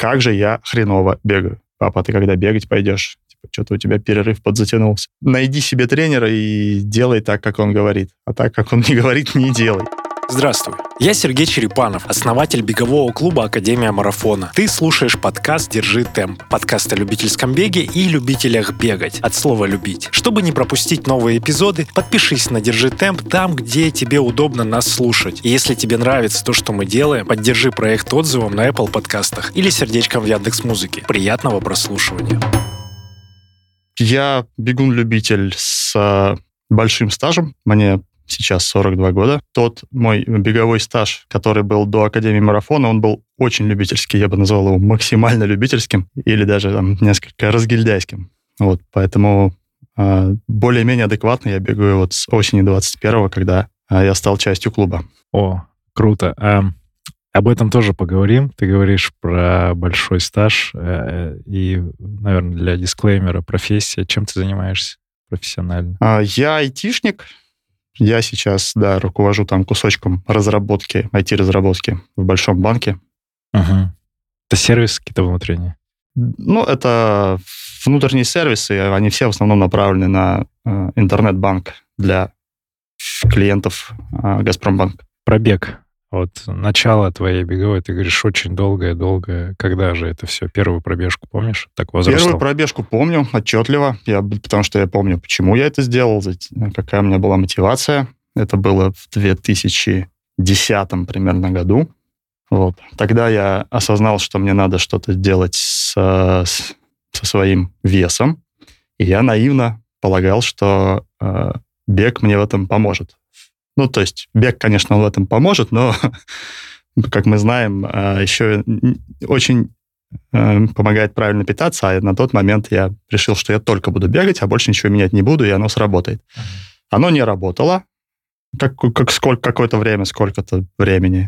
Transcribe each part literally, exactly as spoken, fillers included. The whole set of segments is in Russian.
как же я хреново бегаю. Папа, ты когда бегать пойдешь? Типа, что-то у тебя перерыв подзатянулся. Найди себе тренера и делай так, как он говорит. А так, как он не говорит, не делай. Здравствуй, я Сергей Черепанов, основатель бегового клуба «Академия марафона». Ты слушаешь подкаст «Держи темп», подкаст о любительском беге и любителях бегать, от слова «любить». Чтобы не пропустить новые эпизоды, подпишись на «Держи темп» там, где тебе удобно нас слушать. И если тебе нравится то, что мы делаем, поддержи проект отзывом на Apple подкастах или сердечком в Яндекс.Музыке. Приятного прослушивания. Я бегун-любитель с большим стажем. Мне сейчас сорок два года. Тот мой беговой стаж, который был до Академии марафона, он был очень любительский. Я бы назвал его максимально любительским или даже там, несколько разгильдяйским. Вот, поэтому э, более-менее адекватно я бегаю вот с осени двадцать первого, когда э, я стал частью клуба. О, круто. А, об этом тоже поговорим. Ты говоришь про большой стаж э, и, наверное, для дисклеймера профессия. Чем ты занимаешься профессионально? Э, я айтишник. Я сейчас, да, руковожу там кусочком разработки, ай ти-разработки в большом банке. Угу. Это сервисы какие-то внутренние? Ну, это внутренние сервисы, они все в основном направлены на э, интернет-банк для клиентов э, Газпромбанка. Пробег. Вот начало твоей беговой, ты говоришь, очень долгое-долгое. Когда же это все? Первую пробежку помнишь? Так возрастал? Первую пробежку помню отчетливо, я, потому что я помню, почему я это сделал, какая у меня была мотивация. Это было в две тысячи десятом примерно году. Вот. Тогда я осознал, что мне надо что-то делать с, с, со своим весом, и я наивно полагал, что э, бег мне в этом поможет. Ну, то есть бег, конечно, в этом поможет, но, как мы знаем, еще очень помогает правильно питаться, а на тот момент я решил, что я только буду бегать, а больше ничего менять не буду, и оно сработает. Uh-huh. Оно не работало как, как сколько, какое-то время, сколько-то времени.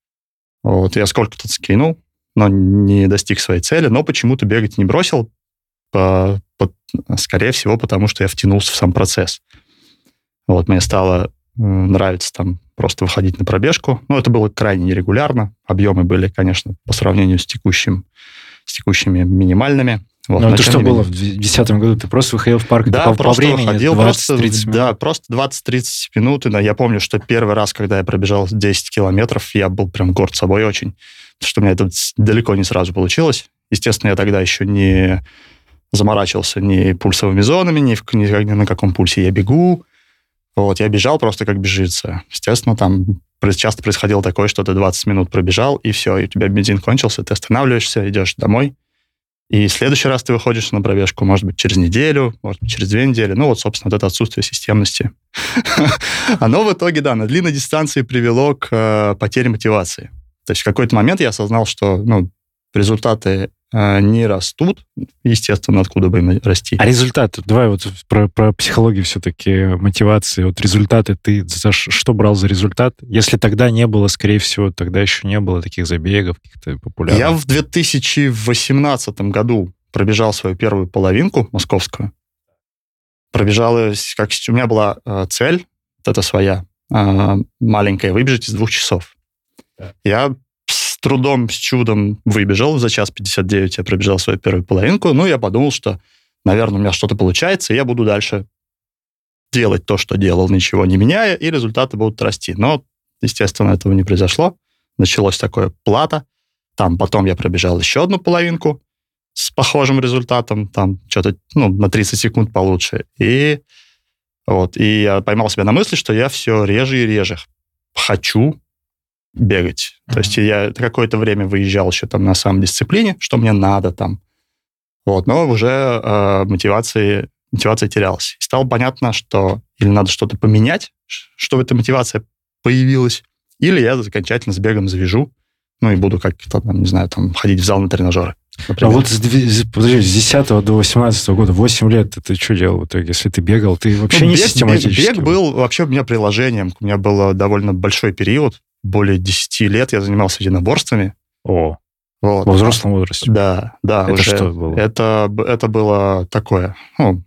Вот, я сколько-то скинул, но не достиг своей цели, но почему-то бегать не бросил, по, по, скорее всего, потому что я втянулся в сам процесс. Вот, мне стало нравится там просто выходить на пробежку. Но это было крайне нерегулярно. Объемы были, конечно, по сравнению с, текущим, с текущими минимальными. Вот, ну, это что было в две тысячи десятом году? Ты просто выходил в парк? Да, по, просто по времени выходил. двадцать-тридцать минут? Да, просто двадцать-тридцать минут. И, я помню, что первый раз, когда я пробежал десять километров, я был прям горд собой очень. Потому что у меня это далеко не сразу получилось. Естественно, я тогда еще не заморачивался ни пульсовыми зонами, ни, ни, ни на каком пульсе я бегу. Вот, я бежал просто как бежится. Естественно, там часто происходило такое, что ты двадцать минут пробежал, и все, и у тебя бензин кончился, ты останавливаешься, идешь домой, и в следующий раз ты выходишь на пробежку, может быть, через неделю, может быть, через две недели. Ну, вот, собственно, вот это отсутствие системности. Оно в итоге, да, на длинной дистанции привело к потере мотивации. То есть в какой-то момент я осознал, что, ну, результаты не растут, естественно, откуда бы им расти. А результаты? Давай вот про, про психологию все-таки, мотивации. Вот результаты, ты за что брал за результат? Если тогда не было, скорее всего, тогда еще не было таких забегов, каких-то популярных. Я в две тысячи восемнадцатом году пробежал свою первую половинку московскую. Пробежал, как у меня была цель, вот эта своя, маленькая, выбежать из двух часов. Да. Я с трудом, с чудом выбежал. За час пятьдесят девять я пробежал свою первую половинку. Ну, я подумал, что, наверное, у меня что-то получается, и я буду дальше делать то, что делал, ничего не меняя, и результаты будут расти. Но, естественно, этого не произошло. Началось такое плато. Там потом я пробежал еще одну половинку с похожим результатом, там что-то, ну, на тридцать секунд получше. И вот, и я поймал себя на мысли, что я все реже и реже хочу бегать. Mm-hmm. То есть я какое-то время выезжал еще там на самодисциплине, что мне надо там. Вот, но уже э, мотивации, мотивация терялась. И стало понятно, что или надо что-то поменять, чтобы эта мотивация появилась, или я окончательно с бегом завяжу, ну и буду как-то, там, не знаю, там, ходить в зал на тренажеры. Например. А вот с, подожди, с десятого до восемнадцатого года, восемь лет, ты что делал в итоге? Если ты бегал, ты вообще ну, не бег, систематически... Бег, бег был вообще у меня приложением. У меня был довольно большой период, более десять лет я занимался единоборствами. О, вот. Во взрослом возрасте? Да, да. Это уже. Что было? Это, это было такое, ну,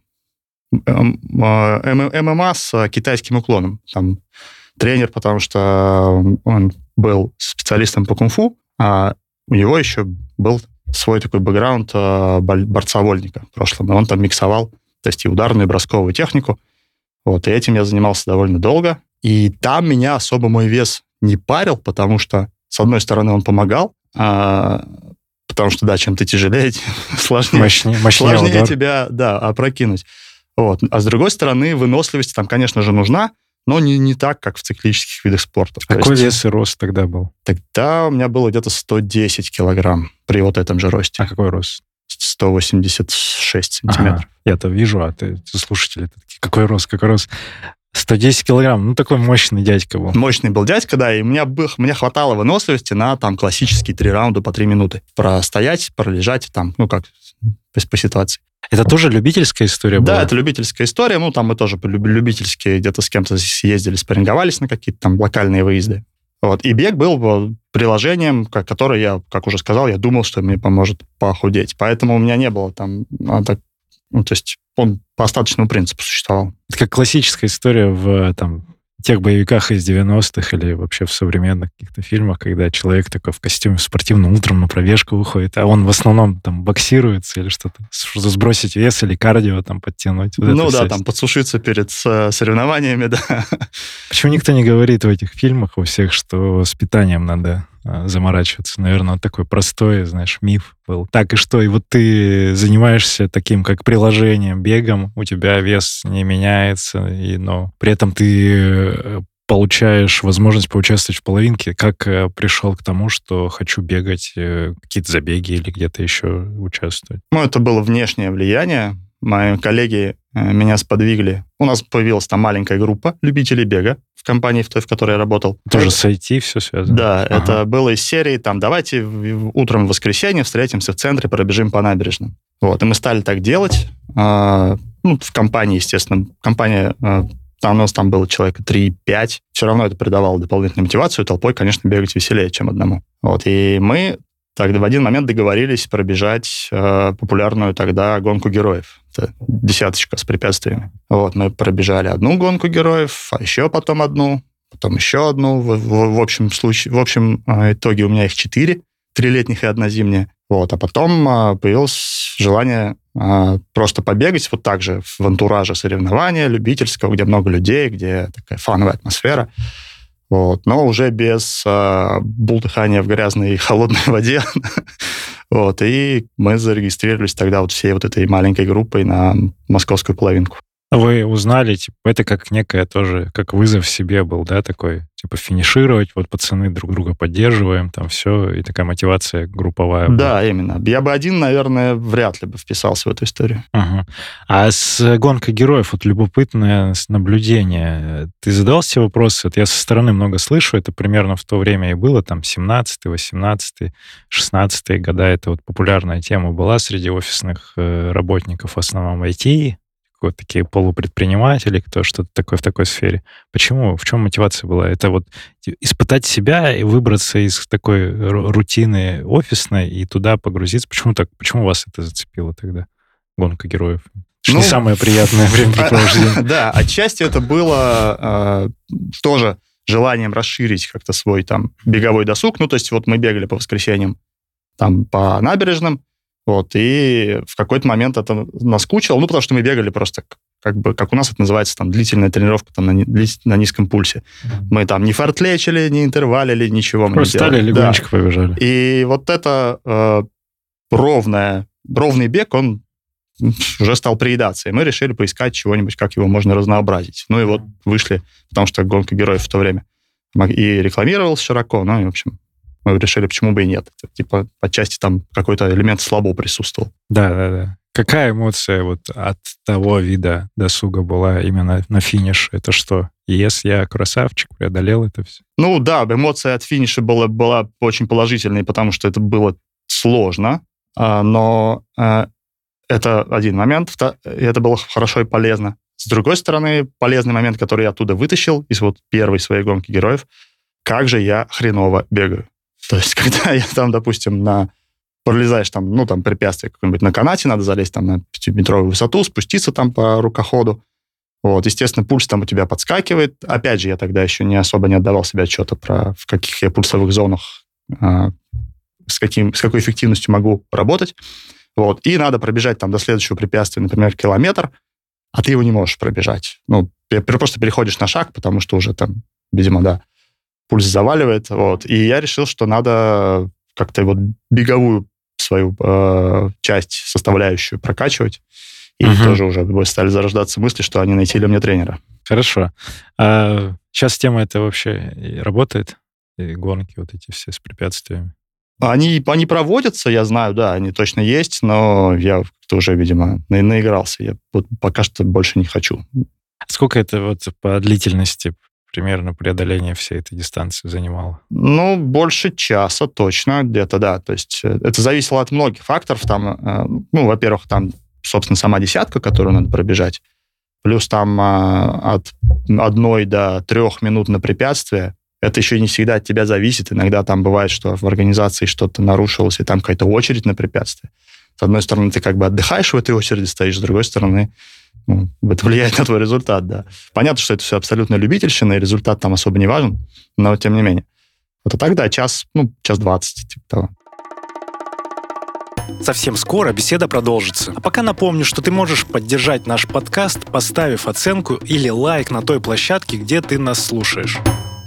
ММА с китайским уклоном. Там тренер, потому что он был специалистом по кунг-фу, а у него еще был свой такой бэкграунд э, борца-вольника в прошлом. И он там миксовал, то есть и ударную, и бросковую технику. Вот, и этим я занимался довольно долго. И там меня особо мой вес не парил, потому что, с одной стороны, он помогал, а, потому что, да, чем ты тяжелее, тем сложнее, мощнее, мощнее сложнее удар. тебя, да, опрокинуть. Вот. А с другой стороны, выносливость там, конечно же, нужна, но не, не так, как в циклических видах спорта. Какой То есть, вес и рост тогда был? Тогда у меня было где-то сто десять килограмм при вот этом же росте. А какой рост? сто восемьдесят шесть сантиметров. Ага, я-то вижу, а ты, ты слушатели такие, какой рост, какой рост? сто десять килограмм, ну такой мощный дядька был. Мощный был дядька, да, и у меня, был, мне хватало выносливости на там классические три раунда по три минуты. Простоять, пролежать, там, ну как, по, по ситуации. Это тоже любительская история была? Да, это любительская история. Ну, там мы тоже любительские где-то с кем-то съездили, спарринговались на какие-то там локальные выезды. Вот. И бег был приложением, которое я, как уже сказал, я думал, что мне поможет похудеть. Поэтому у меня не было там... Ну, то есть он по остаточному принципу существовал. Это как классическая история в там, тех боевиках из девяностых или вообще в современных каких-то фильмах, когда человек такой в костюме спортивном утром на пробежку выходит, а он в основном там боксируется или что-то, что-то сбросить вес или кардио там подтянуть. Вот ну да, там подсушиться перед соревнованиями, да. Почему никто не говорит в этих фильмах у всех, что с питанием надо заморачиваться? Наверное, вот такой простой, знаешь, миф был. Так и что? И вот ты занимаешься таким, как приложением, бегом, у тебя вес не меняется, и, но при этом ты получаешь возможность поучаствовать в половинке. Как пришел к тому, что хочу бегать, какие-то забеги или где-то еще участвовать? Ну, это было внешнее влияние. Мои коллеги меня сподвигли. У нас появилась там маленькая группа любителей бега в компании, в той, в которой я работал. Тоже это... с ай ти все связано? Да, ага. Это было из серии, там, давайте утром в воскресенье встретимся в центре, пробежим по набережным. Вот, и мы стали так делать. А, ну, в компании, естественно, компания... Там у нас там было человека три-пять. Все равно это придавало дополнительную мотивацию. Толпой, конечно, бегать веселее, чем одному. Вот, и мы... Тогда в один момент договорились пробежать э, популярную тогда гонку героев. Это десяточка с препятствиями. Вот, мы пробежали одну гонку героев, а еще потом одну, потом еще одну. В, в, в общем случае, в общем э, итоге у меня их четыре, три летних и одна зимняя. Вот, а потом э, появилось желание э, просто побегать вот так же в антураже соревнования любительского, где много людей, где такая фановая атмосфера. Вот, но уже без э, бултыхания в грязной и холодной воде. Вот, и мы зарегистрировались тогда вот всей вот этой маленькой группой на московскую половинку. Вы узнали, типа, это как некая тоже, как вызов себе был, да, такой, типа, финишировать, вот пацаны друг друга поддерживаем, там все, и такая мотивация групповая была. Да, именно. Я бы один, наверное, вряд ли бы вписался в эту историю. Ага. А с гонкой героев, вот любопытное наблюдение, ты задал себе вопросы? Вот я со стороны много слышу, это примерно в то время и было, там, семнадцатый, восемнадцатый, шестнадцатый года, это вот популярная тема была среди офисных работников, в основном ай ти, вот такие полупредприниматели, кто что-то такое в такой сфере. Почему? В чем мотивация была? Это вот испытать себя и выбраться из такой рутины офисной и туда погрузиться. Почему так? Почему вас это зацепило тогда? Гонка героев. Что ну, не самое приятное времяпрепровождение. Да, отчасти это было тоже желанием расширить как-то свой там беговой досуг. Ну, то есть вот мы бегали по воскресеньям там по набережным, вот, и в какой-то момент это наскучило, ну, потому что мы бегали просто, как бы, как у нас это называется, там, длительная тренировка там, на, на низком пульсе. Mm-hmm. Мы там не фортлечили, не интервалили, ничего мы просто не делали. Просто стали, легонечко да. побежали. И вот это э, ровное, ровный бег, он уже стал приедаться, и мы решили поискать чего-нибудь, как его можно разнообразить. Ну, и вот вышли, потому что гонка героев в то время и рекламировалась широко, ну, и, в общем... Мы решили, почему бы и нет. Типа, отчасти там какой-то элемент слабо присутствовал. Да, да, да. Какая эмоция вот от того вида досуга была именно на финише? Это что? Если я красавчик, преодолел это все? Ну да, эмоция от финиша была, была очень положительной, потому что это было сложно, но это один момент, это было хорошо и полезно. С другой стороны, полезный момент, который я оттуда вытащил из вот первой своей гонки героев, как же я хреново бегаю. То есть, когда я там, допустим, на пролезаешь там, ну, там, препятствие какое-нибудь на канате, надо залезть там на пятиметровую высоту, спуститься там по рукоходу. Вот, естественно, пульс там у тебя подскакивает. Опять же, я тогда еще не особо не отдавал себе отчета про в каких я пульсовых зонах а, с, каким, с какой эффективностью могу работать. Вот. И надо пробежать там до следующего препятствия, например, километр, а ты его не можешь пробежать. Ну, ты просто переходишь на шаг, потому что уже там, видимо, да, пульс заваливает. Вот. И я решил, что надо как-то вот беговую свою э, часть, составляющую прокачивать. И uh-huh. тоже уже стали зарождаться мысли, что они найти ли мне тренера. Хорошо. А сейчас тема эта вообще работает? И гонки вот эти все с препятствиями? Они, они проводятся, я знаю, да, они точно есть, но я как-то уже, видимо, на, наигрался. Я вот пока что больше не хочу. Сколько это вот по длительности примерно преодоления всей этой дистанции занимало? Ну, больше часа точно где-то, да. То есть это зависело от многих факторов. Там, ну, во-первых, там, собственно, сама десятка, которую надо пробежать, плюс там от одной до трех минут на препятствие. Это еще не всегда от тебя зависит. Иногда там бывает, что в организации что-то нарушилось, и там какая-то очередь на препятствие. С одной стороны, ты как бы отдыхаешь в этой очереди, стоишь, с другой стороны, ну, это влияет на твой результат, да. Понятно, что это все абсолютно любительщина, и результат там особо не важен, но тем не менее. Вот а так, да, час, ну, час двадцать, типа того. Совсем скоро беседа продолжится. А пока напомню, что ты можешь поддержать наш подкаст, поставив оценку или лайк на той площадке, где ты нас слушаешь.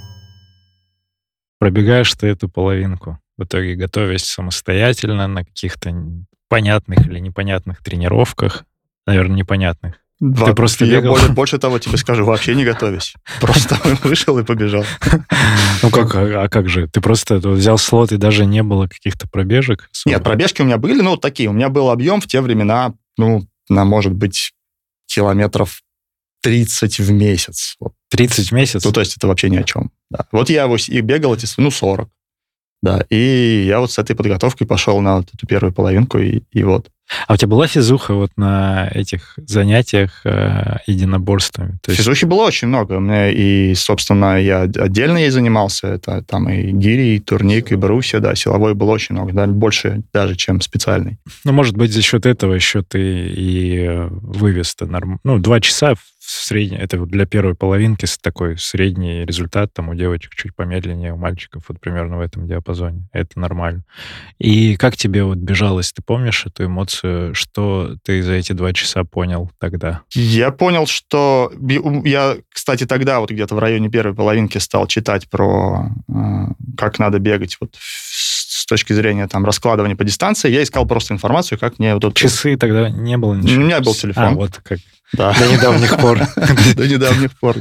Пробегаешь ты эту половинку, в итоге готовясь самостоятельно на каких-то понятных или непонятных тренировках, наверное, непонятных. Два, ты просто я бегал? Более, больше того тебе скажу, вообще не готовясь. Просто вышел и побежал. Ну как, а как же? Ты просто взял слот, и даже не было каких-то пробежек? Нет, пробежки у меня были, ну, такие. У меня был объем в те времена, ну, на, может быть, километров тридцать в месяц. тридцать в месяц? Ну, то есть это вообще ни о чем. Да. Вот я и бегал эти, ну, сорок. Да, и я вот с этой подготовкой пошел на вот эту первую половинку, и, и вот. А у тебя была физуха вот на этих занятиях э, единоборствами? То есть... Физухи было очень много. У меня и, собственно, я отдельно ей занимался. Это там и гири, и турник, и брусья, да, силовой было очень много. Да, больше даже, чем специальный. Ну, может быть, за счет этого еще ты и вывез-то норм... Ну, два часа в среднем, это вот для первой половинки такой средний результат, там у девочек чуть помедленнее, у мальчиков вот примерно в этом диапазоне. Это нормально. И как тебе вот бежалось? Ты помнишь эту эмоцию? Что ты за эти два часа понял тогда? Я понял, что... Я, кстати, тогда вот где-то в районе первой половинки стал читать про как надо бегать вот с точки зрения там раскладывания по дистанции. Я искал просто информацию, как мне... вот Часы тогда не было ничего? У меня был телефон. А, вот как... Да. До недавних пор. До недавних пор.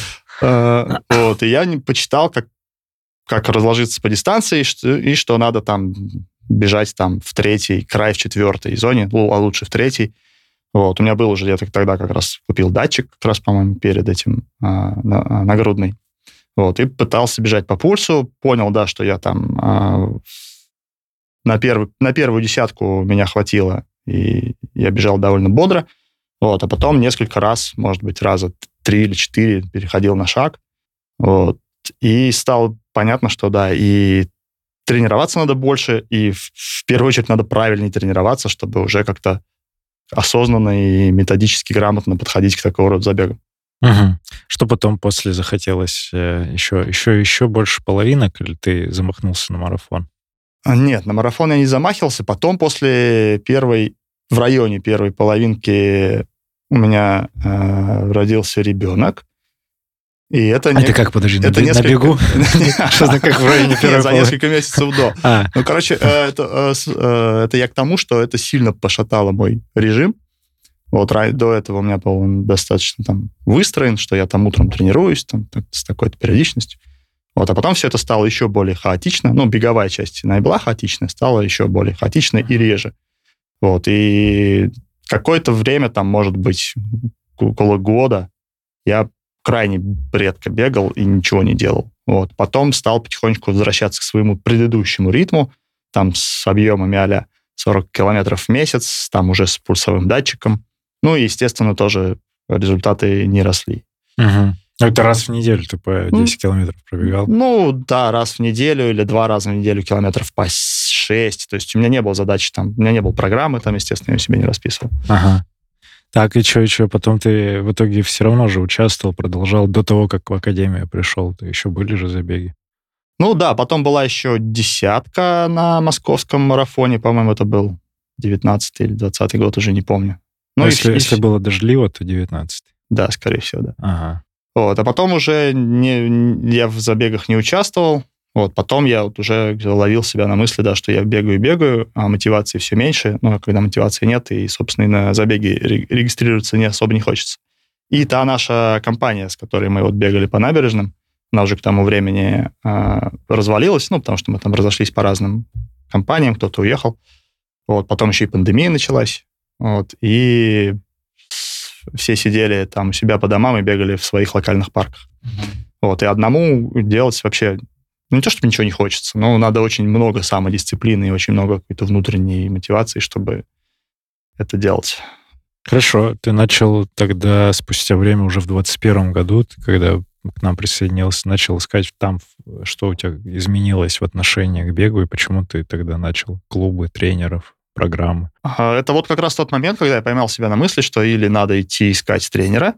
Вот, и я почитал, как как разложиться по дистанции, и что надо там бежать там в третьей, край в четвертой зоне, а лучше в третьей. Вот, у меня был уже, я тогда как раз купил датчик, как раз, по-моему, перед этим нагрудный. Вот, и пытался бежать по пульсу, понял, да, что я там на, первый, на первую десятку меня хватило, и я бежал довольно бодро. Вот, а потом несколько раз, может быть, раза три или четыре переходил на шаг. Вот, и стало понятно, что да, и тренироваться надо больше, и в, в первую очередь надо правильнее тренироваться, чтобы уже как-то осознанно и методически грамотно подходить к такого рода забегам. Угу. Что потом после захотелось? Еще, еще, еще больше половинок, или ты замахнулся на марафон? Нет, на марафон я не замахивался. Потом после первой, в районе первой половинки у меня э, родился ребенок. И это а не... ты как, подожди, это на, несколько... на бегу? Что за как в районе первой половинки? За несколько месяцев до. Ну, короче, это я к тому, что это сильно пошатало мой режим. Вот до этого у меня был он достаточно там выстроен, что я там утром тренируюсь там, с такой-то периодичностью. Вот, а потом все это стало еще более хаотично. Ну, беговая часть, она и была хаотичная, стала еще более хаотичной и реже. Вот, и какое-то время, там, может быть, около года, я крайне редко бегал и ничего не делал. Вот. Потом стал потихонечку возвращаться к своему предыдущему ритму, там с объемами а-ля сорок километров в месяц, там уже с пульсовым датчиком. Ну и, естественно, тоже результаты не росли. Угу. Это раз в неделю ты по десять километров пробегал? Ну, да, раз в неделю или два раза в неделю километров по шесть. То есть у меня не было задачи там, у меня не было программы там, естественно, я себе не расписывал. Ага. Так, и что, и что? Потом ты в итоге все равно же участвовал, продолжал до того, как в академию пришел. Ты еще были же забеги? Ну да, потом была еще десятка на московском марафоне, по-моему, это был девятнадцатый или двадцатый год, уже не помню. Ну, Ну, если, и, если было дождливо, то девятнадцатый. Да, скорее всего, да. Ага. Вот, а потом уже не, я в забегах не участвовал. Вот, потом я вот уже ловил себя на мысли, да, что я бегаю и бегаю, а мотивации все меньше. Ну, а когда мотивации нет, и, собственно, и на забеге регистрироваться не особо не хочется. И та наша компания, с которой мы вот бегали по набережным, она уже к тому времени э, развалилась, ну, потому что мы там разошлись по разным компаниям, кто-то уехал. Вот, потом еще и пандемия началась. Вот, и все сидели там у себя по домам и бегали в своих локальных парках. Mm-hmm. Вот, и одному делать вообще, ну, не то, чтобы ничего не хочется, но надо очень много самодисциплины и очень много какой-то внутренней мотивации, чтобы это делать. Хорошо, ты начал тогда спустя время, уже в двадцать первом году, когда к нам присоединился, начал искать там, что у тебя изменилось в отношении к бегу, и почему ты тогда начал клубы, тренеров, программы? Это вот как раз тот момент, когда я поймал себя на мысли, что или надо идти искать тренера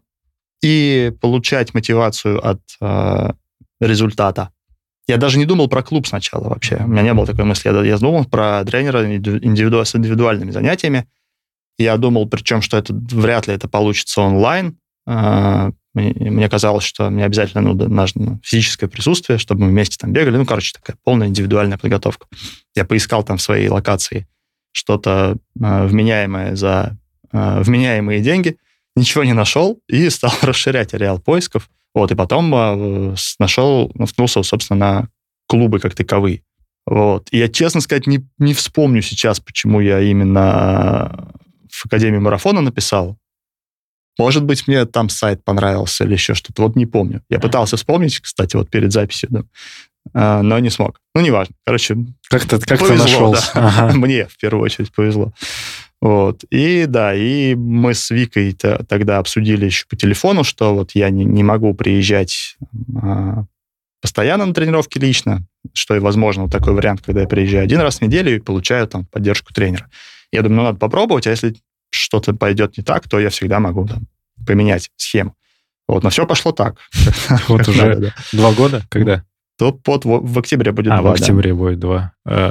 и получать мотивацию от э, результата. Я даже не думал про клуб сначала вообще. У меня не было такой мысли. Я, я думал про тренера индивиду, с индивидуальными занятиями. Я думал, причем, что это вряд ли это получится онлайн. Э, мне, мне казалось, что мне обязательно ну, нужно физическое присутствие, чтобы мы вместе там бегали. Ну, короче, такая полная индивидуальная подготовка. Я поискал там в своей локации что-то э, вменяемое за э, вменяемые деньги, ничего не нашел и стал расширять ареал поисков. Вот, и потом э, нашел, наткнулся, собственно, на клубы как таковые. Вот. И я, честно сказать, не, не вспомню сейчас, почему я именно в Академию марафона написал. Может быть, мне там сайт понравился или еще что-то. Вот не помню. Я пытался вспомнить, кстати, вот перед записью, да. Uh, но не смог. Ну, неважно. Короче, как-то, как-то повезло, нашелся. Да. Ага. Мне, в первую очередь, повезло. Вот. И да, и мы с Викой тогда обсудили еще по телефону, что вот я не, не могу приезжать а, постоянно на тренировки лично, что и возможно вот такой вариант, когда я приезжаю один раз в неделю и получаю там поддержку тренера. Я думаю, ну, надо попробовать, а если что-то пойдет не так, то я всегда могу там поменять схему. Вот, но все пошло так. Вот уже два года? Когда? То под, в октябре будет а, два. А, в октябре да. будет два.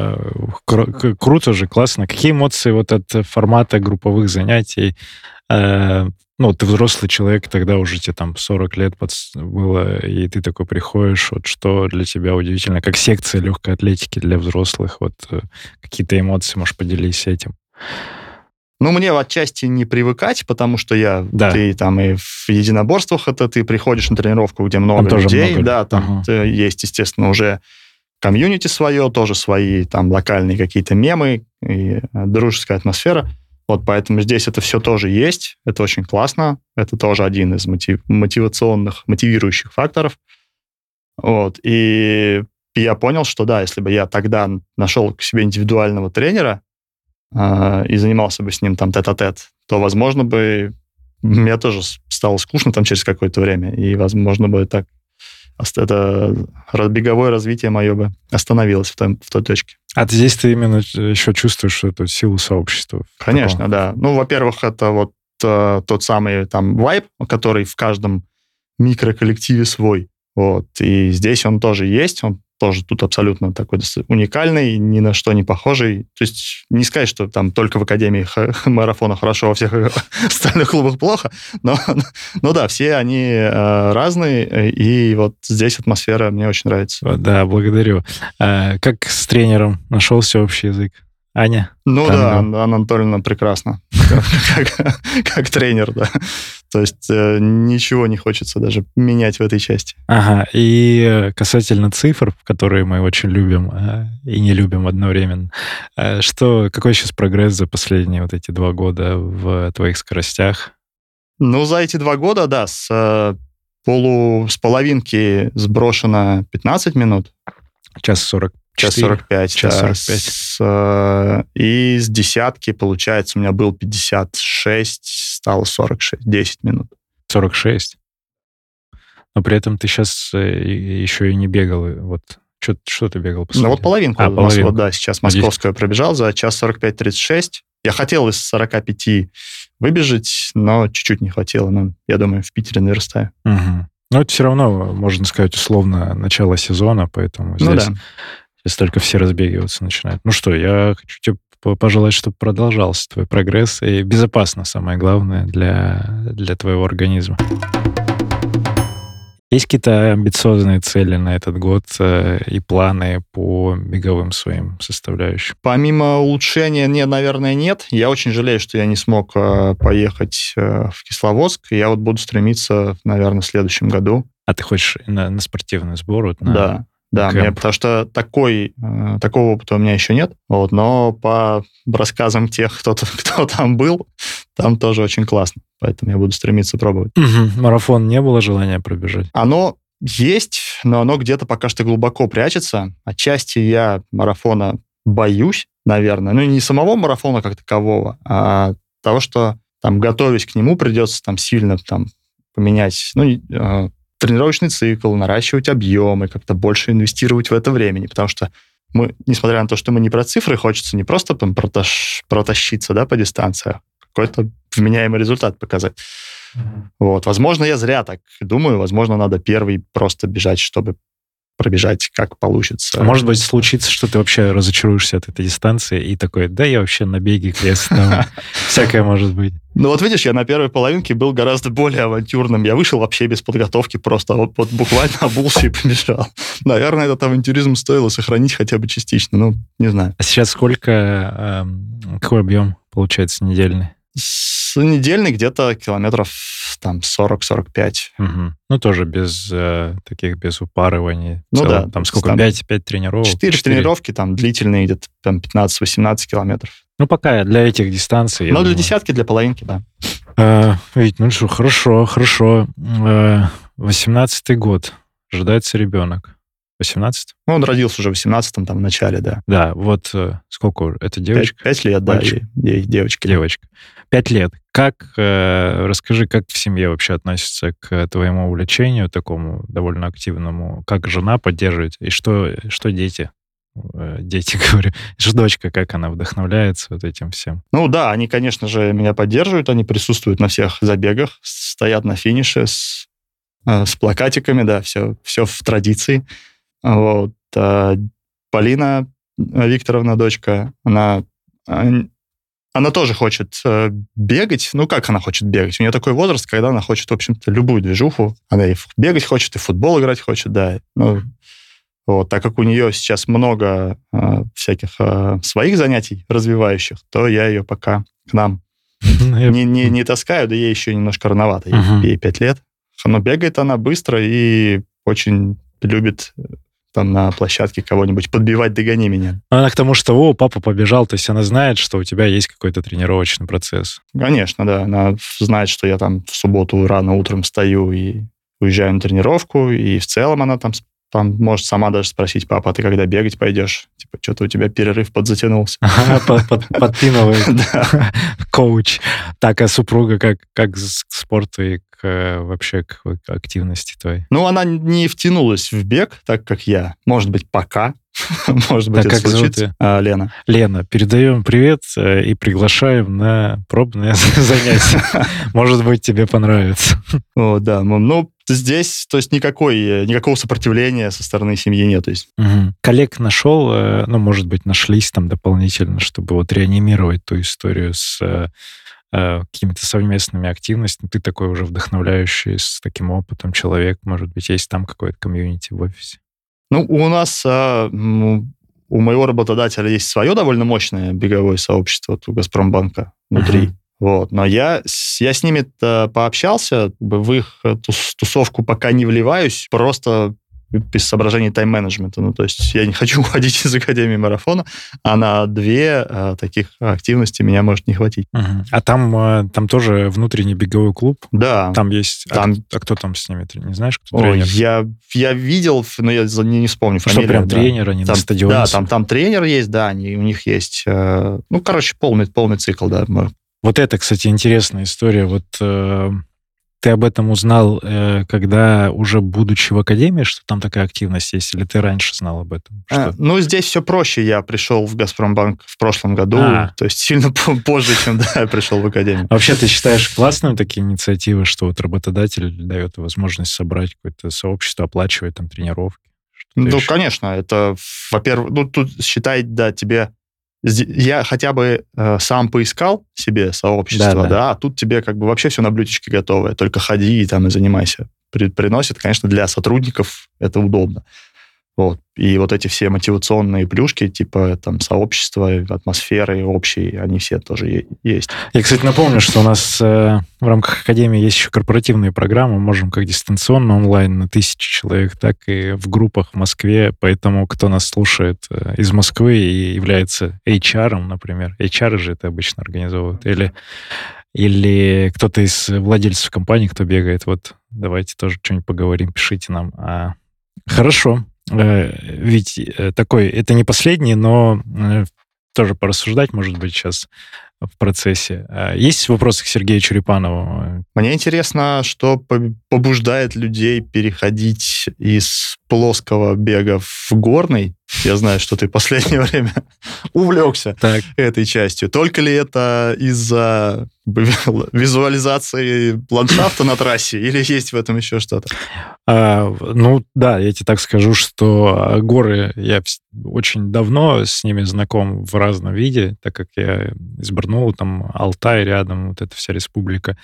Кру- круто же, классно. Какие эмоции вот от формата групповых занятий? Ну, ты взрослый человек, тогда уже тебе там сорок лет было, и ты такой приходишь, вот что для тебя удивительно, как секция легкой атлетики для взрослых, вот какие-то эмоции, можешь поделиться этим? Ну, мне отчасти не привыкать, потому что я, да. ты там и в единоборствах, это ты приходишь на тренировку, где много там людей, много. Да, там ага. есть, естественно, уже комьюнити свое, тоже свои там локальные какие-то мемы и дружеская атмосфера. Вот поэтому здесь это все тоже есть, это очень классно, это тоже один из мотив, мотивационных, мотивирующих факторов. Вот, и я понял, что да, если бы я тогда нашел к себе индивидуального тренера, и занимался бы с ним там тет-а-тет, то, возможно, бы мне тоже стало скучно там через какое-то время, и, возможно, бы так это беговое развитие мое бы остановилось в, том, в той точке. А ты здесь ты именно еще чувствуешь эту силу сообщества? Конечно, такого? Да. Ну, во-первых, это вот э, тот самый там вайб, который в каждом микроколлективе свой. Вот. И здесь он тоже есть, он тоже тут абсолютно такой уникальный, ни на что не похожий. То есть не сказать, что там только в Академии марафона хорошо, во всех остальных клубах плохо, но, но да, все они э, разные, и вот здесь атмосфера мне очень нравится. Да, благодарю. А как с тренером нашелся общий язык? Аня? Ну танго. Да, Анна Анатольевна прекрасна, как, как тренер, да. То есть э, ничего не хочется даже менять в этой части. Ага, и касательно цифр, которые мы очень любим э, и не любим одновременно, э, что, какой сейчас прогресс за последние вот эти два года в твоих скоростях? Ну, за эти два года, да, с, э, полу, с половинки сброшено пятнадцать минут. Час сорок. Час сорок пять. Час сорок пять. С, э, и с десятки, получается, у меня был пятьдесят шесть, стало сорок шесть, десять минут. сорок шесть? Но при этом ты сейчас еще и не бегал. Вот что, что ты бегал последний? Ну вот половинку. А, половинку. Вот, да, сейчас московскую пробежал за час сорок пять тридцать шесть. Я хотел из сорока пяти выбежать, но чуть-чуть не хватило. Но, я думаю, в Питере наверстаю. Угу. Но это все равно, можно сказать, условно, начало сезона, поэтому Ну здесь, да. здесь только все разбегиваться начинают. Ну что, я хочу тебе п- пожелать, чтобы продолжался твой прогресс, и безопасно, самое главное, для, для твоего организма. Есть какие-то амбициозные цели на этот год э, и планы по беговым своим составляющим? Помимо улучшения, не, наверное, нет. Я очень жалею, что я не смог э, поехать э, в Кисловодск. Я вот буду стремиться, наверное, в следующем году. А ты хочешь на, на спортивный сбор? Вот на... Да, да, кэмп. мне, потому что такой, э, такого опыта у меня еще нет. Вот, но по рассказам тех, кто, кто там был, там тоже очень классно. Поэтому я буду стремиться пробовать. Мгм. Марафон не было желания пробежать? Оно есть, но оно где-то пока что глубоко прячется. Отчасти я марафона боюсь, наверное. Ну, не самого марафона как такового, а того, что там, готовясь к нему, придется там сильно там, поменять ну, э, тренировочный цикл, наращивать объемы, как-то больше инвестировать в это времени. Потому что мы, несмотря на то, что мы не про цифры, хочется не просто там протащ, протащиться да, по дистанции, а какой-то вменяемый результат показать. Mm-hmm. Вот. Возможно, я зря так думаю. Возможно, надо первый просто бежать, чтобы пробежать, как получится. А может быть, случится, что ты вообще разочаруешься от этой дистанции и такой, да, я вообще на беге крест. Всякое может быть. Ну вот видишь, я на первой половинке был гораздо более авантюрным. Я вышел вообще без подготовки, просто вот, вот буквально обулся и побежал. Наверное, этот авантюризм стоило сохранить хотя бы частично, ну, не знаю. А сейчас сколько, э, какой объем получается недельный? С недельный где-то километров там сорок-сорок пять. Угу. Ну, тоже без э, таких, без упарываний. Ну целом, да. Там сколько? Там пять, пять тренировок? четыре тренировки, там длительные, где-то там пятнадцать-восемнадцать километров. Ну, пока для этих дистансий. Ну, для думаю. Десятки, для половинки, да. А, ведь, ну что, хорошо, хорошо. восемнадцатый год. Ожидается ребенок. восемнадцать? Ну, он родился уже в восемнадцатом, там, в начале, да. Да, вот сколько? Это девочка? Пять лет, Мальчик? да, и, и девочка. Девочка. Пять лет. Как, э, расскажи, как в семье вообще относятся к твоему увлечению такому довольно активному? Как жена поддерживает? И что, что дети? Э, дети, говорю. Что дочка, как она вдохновляется вот этим всем? Ну да, они, конечно же, меня поддерживают. Они присутствуют на всех забегах, стоят на финише с, с плакатиками, да, все, все в традиции. Вот. А Полина Викторовна, дочка, она... Она тоже хочет э, бегать. Ну, как она хочет бегать? У нее такой возраст, когда она хочет, в общем-то, любую движуху. Она и бегать хочет, и в футбол играть хочет, да. Ну, вот, так как у нее сейчас много э, всяких э, своих занятий развивающих, то я ее пока к нам не, не, не таскаю, да ей еще немножко рановато. Ей, uh-huh. ей пять лет. Но бегает она быстро и очень любит... там на площадке кого-нибудь подбивать, догони меня. Она к тому, что, о, папа побежал, то есть она знает, что у тебя есть какой-то тренировочный процесс. Конечно, да. Она знает, что я там в субботу рано утром встаю и уезжаю на тренировку, и в целом она там, там может сама даже спросить: папа, а ты когда бегать пойдешь? Типа, что-то у тебя перерыв подзатянулся. Подпинывает коуч. Так, а супруга как к спорту и вообще к активности твоей? Ну, она не втянулась в бег, так как я. Может быть, пока. Может быть, это случится. Лена. Лена, передаем привет и приглашаем на пробное занятие. Может быть, тебе понравится. О, да. Ну, здесь, то есть, никакой, никакого сопротивления со стороны семьи нет. То есть. Угу. Коллег нашел, ну, может быть, нашлись там дополнительно, чтобы вот реанимировать ту историю с какими-то совместными активностями. Ты такой уже вдохновляющий, с таким опытом человек. Может быть, есть там какое-то комьюнити в офисе? Ну, у нас, а, у моего работодателя есть свое довольно мощное беговое сообщество вот, у Газпромбанка внутри. Uh-huh. Вот. Но я, я с ними пообщался, в их тусовку пока не вливаюсь, просто без соображений тайм-менеджмента. Ну, то есть я не хочу уходить из Академии марафона, а на две а, таких активности меня может не хватить. Uh-huh. А там, там тоже внутренний беговой клуб? Да. Там есть... Там... А, а кто там с ними? Ты не знаешь, кто Ой, тренер? Я, я видел, но я не, не вспомню фамилию. Что, прям да. тренер, они там, на стадионе? Да, там, там тренер есть, да, они, у них есть... Э, ну, короче, полный, полный цикл, да. Вот это, кстати, интересная история. Вот... Э... ты об этом узнал, когда уже будучи в академии, что там такая активность есть, или ты раньше знал об этом? А, ну, здесь все проще. Я пришел в «Газпромбанк» в прошлом году, а. то есть сильно позже, чем да, я пришел в академию. Вообще, ты считаешь классными такие инициативы, что вот работодатель дает возможность собрать какое-то сообщество, оплачивать там тренировки? Ну, еще? Конечно, это, во-первых, ну, тут считай, да, тебе... Я хотя бы э, сам поискал себе сообщество, да, да. да, а тут тебе как бы вообще все на блюдечке готовое, только ходи и там и занимайся. При, приносит, конечно, для сотрудников это удобно. Вот. И вот эти все мотивационные плюшки, типа там сообщества, атмосферы общие, они все тоже есть. Я, кстати, напомню, что у нас э, в рамках Академии есть еще корпоративные программы. Можем как дистанционно онлайн на тысячи человек, так и в группах в Москве. Поэтому, кто нас слушает э, из Москвы и является эйч ар, например, эйч ар же это обычно организовывают, или, или кто-то из владельцев компании, кто бегает, вот давайте тоже что-нибудь поговорим, пишите нам. А, хорошо. Ведь такой, это не последний, но тоже порассуждать, может быть, сейчас в процессе. Есть вопросы к Сергею Черепанову? Мне интересно, что побуждает людей переходить из плоского бега в горный. Я знаю, что ты в последнее время увлекся так. этой частью. Только ли это из-за визуализации ландшафта на трассе, или есть в этом еще что-то? А, ну, да, я тебе так скажу, что горы, я очень давно с ними знаком в разном виде, так как я из Барнаула, там Алтай рядом, вот эта вся республика.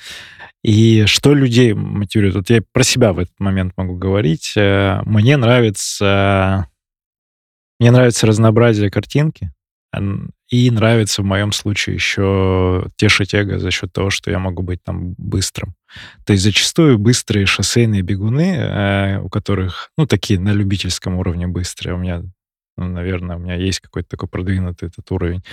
И что людей мотивирует? Вот я про себя в этот момент могу говорить. Мне нравится... Мне нравится разнообразие картинки, и нравится в моем случае еще тешить эго за счет того, что я могу быть там быстрым. То есть зачастую быстрые шоссейные бегуны, у которых, ну, такие на любительском уровне быстрые, у меня, ну, наверное, у меня есть какой-то такой продвинутый этот уровень,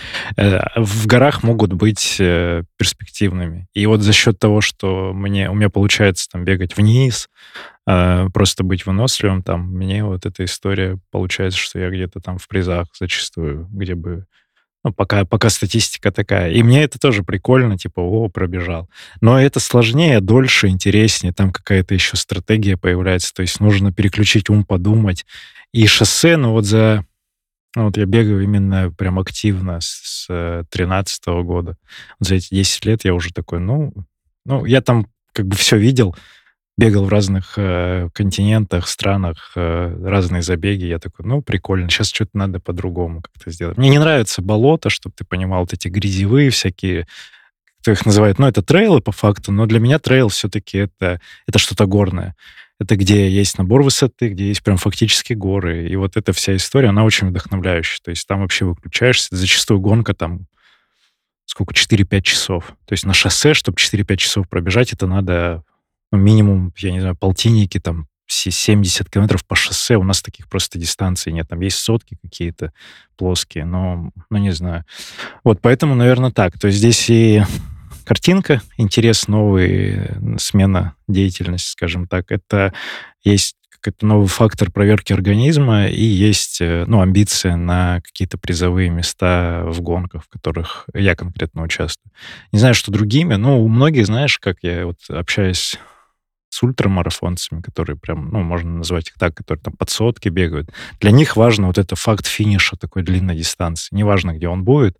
в горах могут быть перспективными. И вот за счет того, что мне, у меня получается там бегать вниз, просто быть выносливым, там, мне вот эта история получается, что я где-то там в призах зачастую, где бы, ну, пока, пока статистика такая. И мне это тоже прикольно, типа, о, пробежал. Но это сложнее, дольше, интереснее, там какая-то еще стратегия появляется, то есть нужно переключить ум, подумать. И шоссе, ну, вот за... Ну, вот я бегаю именно прям активно с тринадцатого года. Вот за эти десять лет я уже такой, ну, ну, я там как бы все видел, бегал в разных э, континентах, странах, э, разные забеги. Я такой, ну, прикольно, сейчас что-то надо по-другому как-то сделать. Мне не нравится болото, чтобы ты понимал, вот эти грязевые всякие, кто их называет, ну, это трейлы по факту, но для меня трейл все-таки это, это что-то горное. Это где есть набор высоты, где есть прям фактически горы. И вот эта вся история, она очень вдохновляющая. То есть там вообще выключаешься. Зачастую гонка там сколько, четыре-пять часов. То есть на шоссе, чтобы четыре-пять часов пробежать, это надо... Ну, минимум, я не знаю, полтинники, там, семьдесят километров по шоссе. У нас таких просто дистанций нет. Там есть сотки какие-то плоские, но, ну, не знаю. Вот, поэтому, наверное, так. То есть здесь и картинка, интерес новый, смена деятельности, скажем так. Это есть какой-то новый фактор проверки организма, и есть, ну, амбиция на какие-то призовые места в гонках, в которых я конкретно участвую. Не знаю, что другими, но у многих, знаешь, как я вот общаюсь с ультрамарафонцами, которые прям, ну, можно назвать их так, которые там под сотки бегают. Для них важно вот это факт финиша такой длинной дистанции. Неважно, где он будет.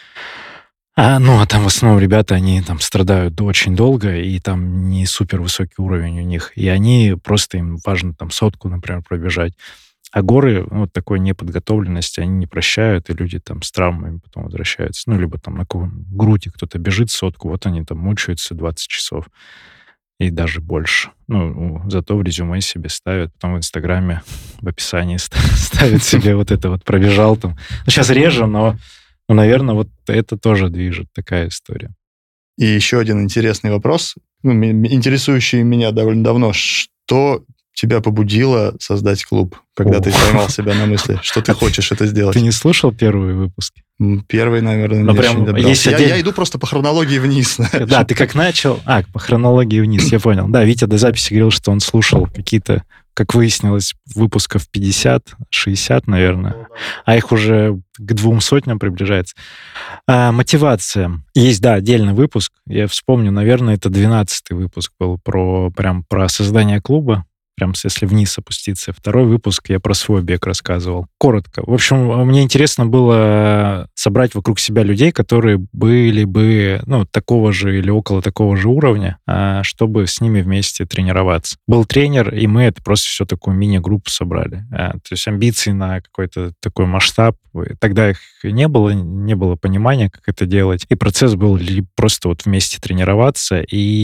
А, ну, а там в основном ребята, они там страдают очень долго, и там не супер высокий уровень у них. И они просто, им важно там сотку, например, пробежать. А горы, ну, вот такой неподготовленности, они не прощают, и люди там с травмами потом возвращаются. Ну, либо там на груди кто-то бежит сотку, вот они там мучаются двадцать часов. И даже больше. Ну, зато в резюме себе ставят, потом в Инстаграме в описании ставят себе вот это вот пробежал там. Ну, сейчас реже, но, ну, наверное, вот это тоже движет, такая история. И еще один интересный вопрос, ну, интересующий меня довольно давно. Что тебя побудило создать клуб, когда О. ты поймал себя на мысли, что ты хочешь это сделать? Ты не слушал первые выпуски? Первый, наверное, ну, прям есть я, отдель... я иду просто по хронологии вниз. Знаешь. Да, ты как начал... А, по хронологии вниз, я понял. Да, Витя до записи говорил, что он слушал какие-то как выяснилось, выпусков пятьдесят шестьдесят, наверное, а их уже к двум сотням приближается. А, мотивация. Есть, да, отдельный выпуск. Я вспомню, наверное, это двенадцатый выпуск был про, прям про создание клуба. Прям если вниз опуститься. Второй выпуск я про свой бег рассказывал. Коротко. В общем, мне интересно было собрать вокруг себя людей, которые были бы, ну, такого же или около такого же уровня, чтобы с ними вместе тренироваться. Был тренер, и мы это просто все такую мини-группу собрали. То есть амбиций на какой-то такой масштаб. Тогда их не было, не было понимания, как это делать. И процесс был просто вот вместе тренироваться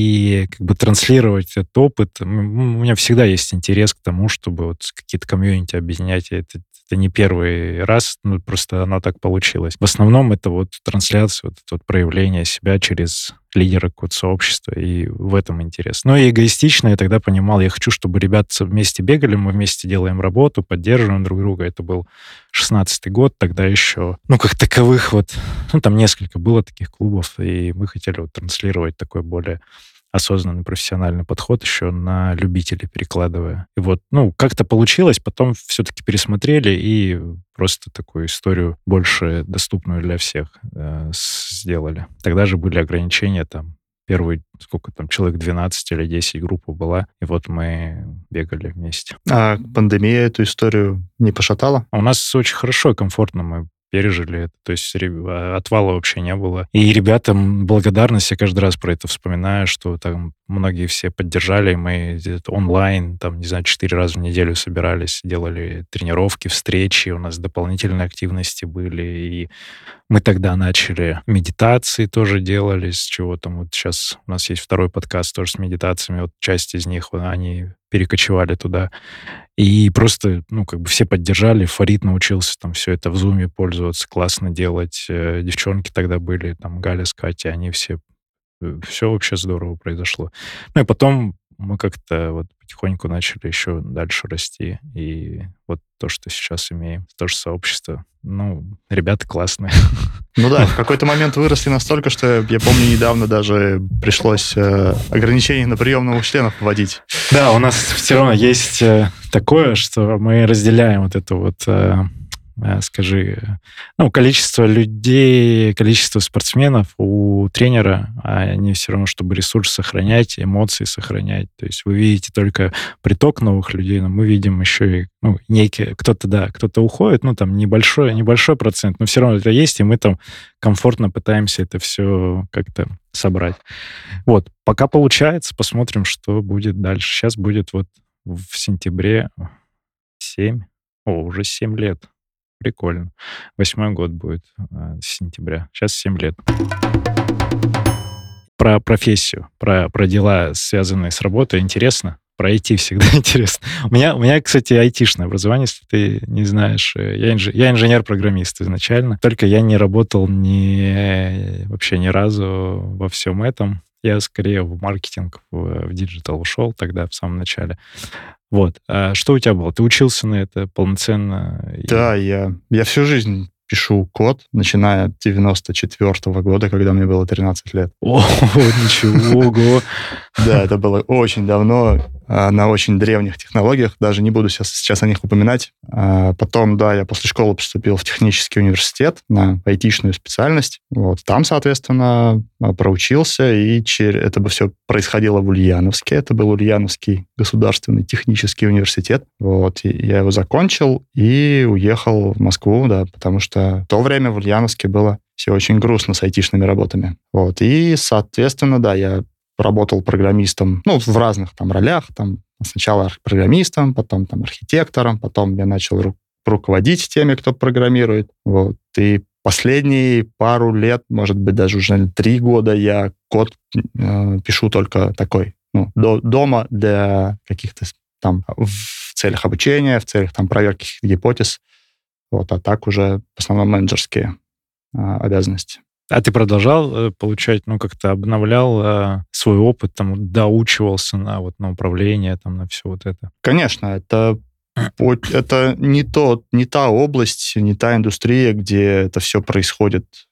и как бы транслировать этот опыт. У меня всегда есть интерес к тому, чтобы вот какие-то комьюнити объединять. Это, это не первый раз, ну, просто оно так получилось. В основном это вот трансляция, вот это вот проявление себя через лидера какого-то сообщества, и в этом интерес. Но и эгоистично я тогда понимал, я хочу, чтобы ребята вместе бегали, мы вместе делаем работу, поддерживаем друг друга. Это был шестнадцатый год, тогда еще, ну, как таковых вот, ну, там несколько было таких клубов, и мы хотели вот транслировать такой более осознанный профессиональный подход еще на любителей перекладывая. И вот, ну, как-то получилось, потом все-таки пересмотрели и просто такую историю больше доступную для всех э, сделали. Тогда же были ограничения, там, первый, сколько там, человек двенадцать или десять группа была, и вот мы бегали вместе. А пандемия эту историю не пошатала? У нас очень хорошо и комфортно мы пережили это, то есть отвала вообще не было. И ребятам благодарность, я каждый раз про это вспоминаю, что там многие все поддержали, мы онлайн, там, не знаю, четыре раза в неделю собирались, делали тренировки, встречи, у нас дополнительные активности были, и мы тогда начали медитации тоже делали, с чего там вот сейчас у нас есть второй подкаст тоже с медитациями, вот часть из них, они перекочевали туда. И просто, ну, как бы все поддержали. Фарид научился там все это в Зуме пользоваться, классно делать. Девчонки тогда были, там, Галя с Катей, они все... Все вообще здорово произошло. Ну, и потом мы как-то вот потихоньку начали еще дальше расти. И вот то, что сейчас имеем, тоже сообщество. Ну, ребята классные. Ну да, в какой-то момент выросли настолько, что я помню, недавно даже пришлось э, ограничения на прием новых членов вводить. Да, у нас все равно есть э, такое, что мы разделяем вот это вот... Э, скажи, ну, количество людей, количество спортсменов у тренера, они все равно, чтобы ресурс сохранять, эмоции сохранять. То есть вы видите только приток новых людей, но мы видим еще и, ну, некий, кто-то, да, кто-то уходит, ну, там, небольшой, небольшой процент, но все равно это есть, и мы там комфортно пытаемся это все как-то собрать. Вот, пока получается, посмотрим, что будет дальше. Сейчас будет вот в сентябре семь, о, уже семь лет. Прикольно. Восьмой год будет э, с сентября. Сейчас семь лет. Про профессию, про, про дела, связанные с работой, интересно. Про ай ти всегда интересно. У меня, у меня, кстати, айтишное образование, если ты не знаешь. Я, инж... я инженер-программист изначально. Только я не работал ни... вообще ни разу во всем этом. Я скорее в маркетинг, в, в диджитал ушел тогда, в самом начале. Вот. А что у тебя было? Ты учился на это полноценно? Да, я, я всю жизнь пишу код, начиная от девяносто четвёртого года, когда мне было тринадцать лет. О, ничего! Да, это было очень давно, на очень древних технологиях, даже не буду сейчас, сейчас о них упоминать. Потом, да, я после школы поступил в технический университет на айтишную специальность. Вот, там, соответственно, проучился, и это бы все происходило в Ульяновске. Это был Ульяновский государственный технический университет. Вот, и я его закончил и уехал в Москву, да, потому что в то время в Ульяновске было все очень грустно с айтишными работами. Вот, и, соответственно, да, я работал программистом, ну, в разных там ролях, там сначала программистом, потом там архитектором, потом я начал ру- руководить теми, кто программирует, вот, и последние пару лет, может быть, даже уже три года я код э, пишу только такой, ну, до, дома для каких-то там в целях обучения, в целях там проверки гипотез, вот, а так уже в основном менеджерские э, обязанности. А ты продолжал получать, ну, как-то обновлял э, свой опыт, там, доучивался на, вот, на управление, там, на все вот это? Конечно, это, это не, то, не та область, не та индустрия, где это все происходит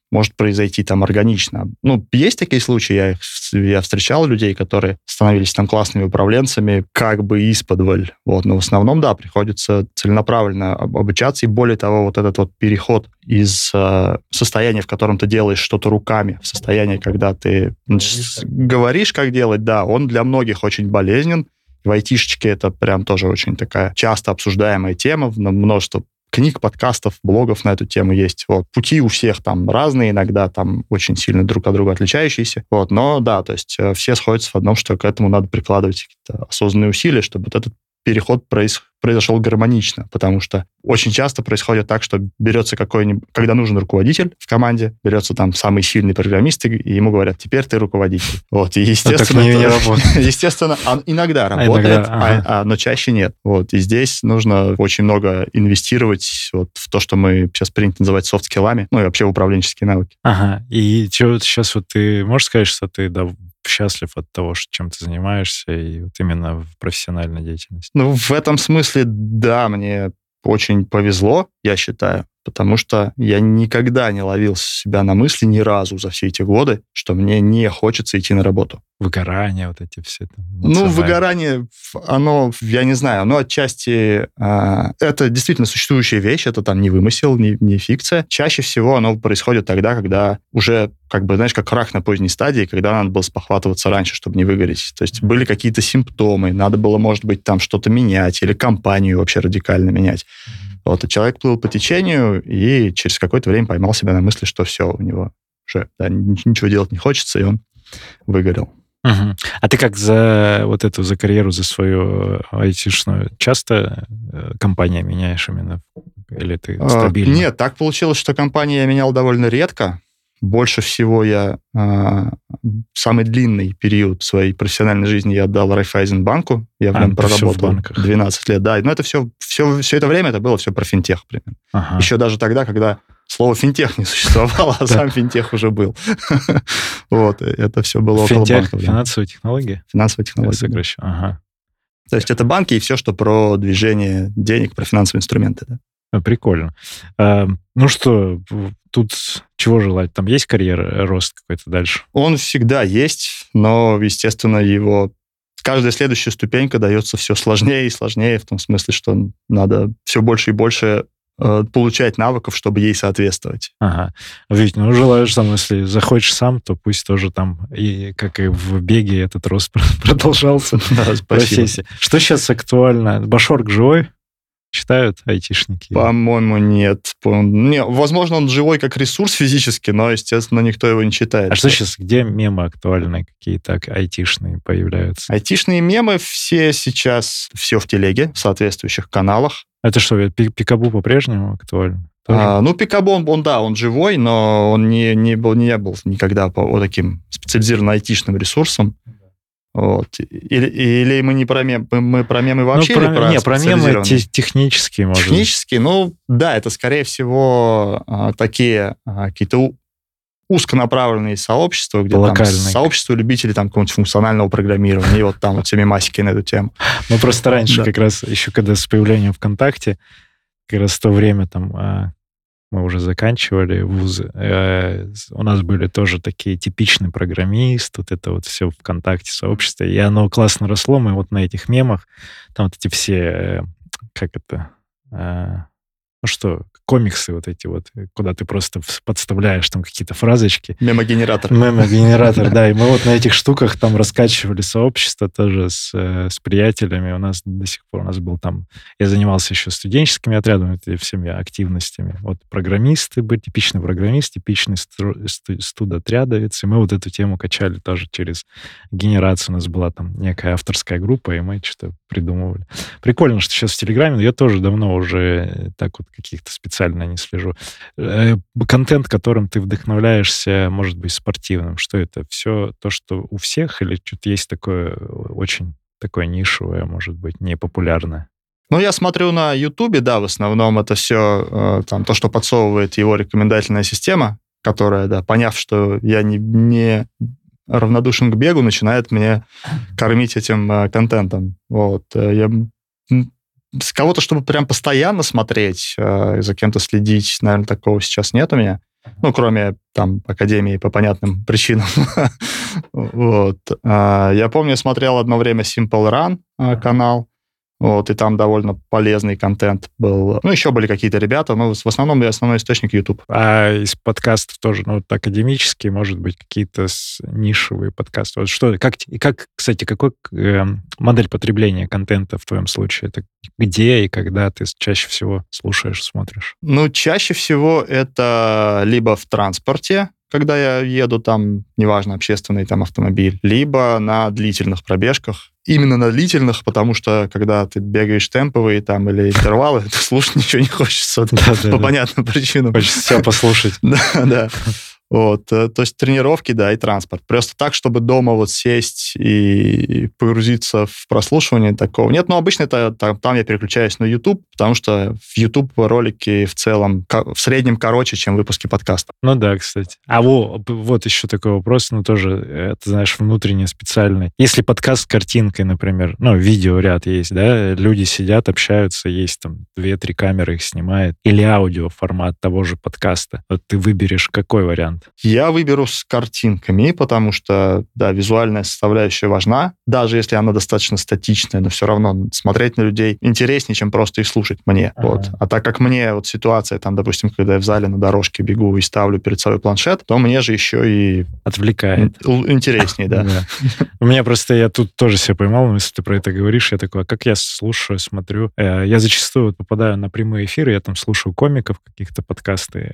может произойти там органично. Ну, есть такие случаи, я, их, я встречал людей, которые становились там классными управленцами как бы исподволь. Вот. Но в основном, да, приходится целенаправленно обучаться. И более того, вот этот вот переход из э, состояния, в котором ты делаешь что-то руками, в состояние, когда ты говоришь, как делать, да, он для многих очень болезнен. В айтишечке это прям тоже очень такая часто обсуждаемая тема, множество книг, подкастов, блогов на эту тему есть. Вот. Пути у всех там разные, иногда там очень сильно друг от друга отличающиеся. Вот. Но да, то есть все сходятся в одном, что к этому надо прикладывать какие-то осознанные усилия, чтобы вот этот переход произ... произошел гармонично, потому что очень часто происходит так, что берется какой-нибудь... Когда нужен руководитель в команде, берется там самый сильный программист, и ему говорят, теперь ты руководитель. Вот. И естественно... не, не работает. Естественно, иногда работает, иногда, ага. а, а, но чаще нет. Вот. И здесь нужно очень много инвестировать вот в то, что мы сейчас принято называть софт-скиллами, ну и вообще в управленческие навыки. Ага. И что сейчас вот ты можешь сказать, что ты да, счастлив от того, чем ты занимаешься, и вот именно в профессиональной деятельности? Ну, в этом смысле, да, мне очень повезло, я считаю, потому что я никогда не ловил себя на мысли ни разу за все эти годы, что мне не хочется идти на работу. Выгорание, вот эти все там. Ну, выгорание, оно, я не знаю, оно отчасти... Э, это действительно существующая вещь, это там не вымысел, не, не фикция. Чаще всего оно происходит тогда, когда уже, как бы, знаешь, как рак на поздней стадии, когда надо было спохватываться раньше, чтобы не выгореть. То есть были какие-то симптомы, надо было, может быть, там что-то менять или компанию вообще радикально менять. Вот, и человек плыл по течению и через какое-то время поймал себя на мысли, что все, у него уже да, ничего делать не хочется, и он выгорел. Угу. А ты как за вот эту, за карьеру, за свою айтишную часто компания меняешь именно? Или ты стабильно? А, нет, так получилось, что компании я менял довольно редко. Больше всего я... А, самый длинный период своей профессиональной жизни я отдал Райффайзенбанку. Я в нем а, проработал в двенадцать лет. Да, но это все, все, все это время это было все про финтех примерно. Ага. Еще даже тогда, когда слово финтех не существовало, а сам финтех уже был. Вот, это все было около банков. Финансовые технологии? Финансовые технологии. Ага. То есть это банки и все, что про движение денег, про финансовые инструменты. Да. Прикольно. А, ну что, тут чего желать? Там есть карьера, рост какой-то дальше? Он всегда есть, но, естественно, его... Каждая следующая ступенька дается все сложнее и сложнее, в том смысле, что надо все больше и больше э, получать навыков, чтобы ей соответствовать. Ага. Ведь, ну, желаешь сам, если захочешь сам, то пусть тоже там, и как и в беге, этот рост продолжался. Да, спасибо. Что сейчас актуально? Башорг живой? Читают айтишники? По-моему, нет. Не, возможно, он живой как ресурс физически, но, естественно, никто его не читает. А что сейчас, где мемы актуальные какие-то айтишные появляются? Айтишные мемы все сейчас, все в телеге, в соответствующих каналах. Это что, Пикабу по-прежнему актуально? А, ну, Пикабу, он, он, да, он живой, но он не, не, был, не был никогда по вот таким специализированным айтишным ресурсом. Вот. Или, или мы не про мем, мы про мемы вообще, ну, про, или про не, про мемы технические, может быть. Технические, ну, да, это, скорее всего, такие какие-то узконаправленные сообщества, где там сообщество любителей там какого-нибудь функционального программирования, и вот там вот все мемасики на эту тему. Ну, просто раньше как раз, еще когда с появлением ВКонтакте, как раз в то время там... мы уже заканчивали вузы, у нас были тоже такие типичные программисты, вот это вот все ВКонтакте, сообщество, и оно классно росло, мы вот на этих мемах, там вот эти все, как это, ну что, комиксы вот эти вот, куда ты просто подставляешь там какие-то фразочки. Мемогенератор. Мемогенератор, да, и мы вот на этих штуках там раскачивали сообщество тоже с, с приятелями. У нас до сих пор, у нас был там, я занимался еще студенческими отрядами, всеми активностями. Вот программисты были, типичный программист, типичный студотрядовец, и мы вот эту тему качали тоже через генерацию. У нас была там некая авторская группа, и мы что-то придумывали. Прикольно, что сейчас в Телеграме, но я тоже давно уже так вот каких-то специально не слежу. Контент, которым ты вдохновляешься, может быть, спортивным. Что это? Все то, что у всех? Или что-то есть такое очень такое нишевое, может быть, непопулярное? Ну, я смотрю на Ютубе, да, в основном это все там, то, что подсовывает его рекомендательная система, которая, да, поняв, что я не, не равнодушен к бегу, начинает мне кормить этим контентом. Вот. Я... С кого-то, чтобы прям постоянно смотреть, э, за кем-то следить, наверное, такого сейчас нет у меня. Ну, кроме там академии по понятным причинам. Вот. Я помню, смотрел одно время Simple Run канал, вот, и там довольно полезный контент был. Ну, еще были какие-то ребята, но в основном основной источник YouTube. А из подкастов тоже, ну, вот академические, может быть, какие-то нишевые подкасты. Вот что, как, и как, кстати, какой э, модель потребления контента в твоем случае? Это где и когда ты чаще всего слушаешь, смотришь? Ну, чаще всего это либо в транспорте, когда я еду там, неважно, общественный там автомобиль, либо на длительных пробежках. Именно на длительных, потому что когда ты бегаешь темповые там или интервалы, ты слушать ничего не хочется по понятным причинам. Хочется себя послушать. Да, да. Вот, то есть тренировки, да, и транспорт. Просто так, чтобы дома вот сесть и погрузиться в прослушивание, такого нет. Но обычно это там, там я переключаюсь на YouTube, потому что в YouTube ролики в целом в среднем короче, чем выпуски подкаста. Ну да, кстати. А во, вот еще такой вопрос, ну тоже, это, знаешь, внутренне специальный. Если подкаст с картинкой, например, ну, видеоряд есть, да, люди сидят, общаются, есть там две-три камеры их снимает, или аудио формат того же подкаста, вот ты выберешь какой вариант? Я выберу с картинками, потому что, да, визуальная составляющая важна, даже если она достаточно статичная, но все равно смотреть на людей интереснее, чем просто их слушать мне. Ага. Вот. А так как мне вот ситуация, там, допустим, когда я в зале на дорожке бегу и ставлю перед собой планшет, то мне же еще и... Отвлекает. Интереснее, да. У меня просто, я тут тоже себя поймал, если ты про это говоришь, я такой, а как я слушаю, смотрю? Я зачастую попадаю на прямые эфиры, я там слушаю комиков, каких-то подкасты,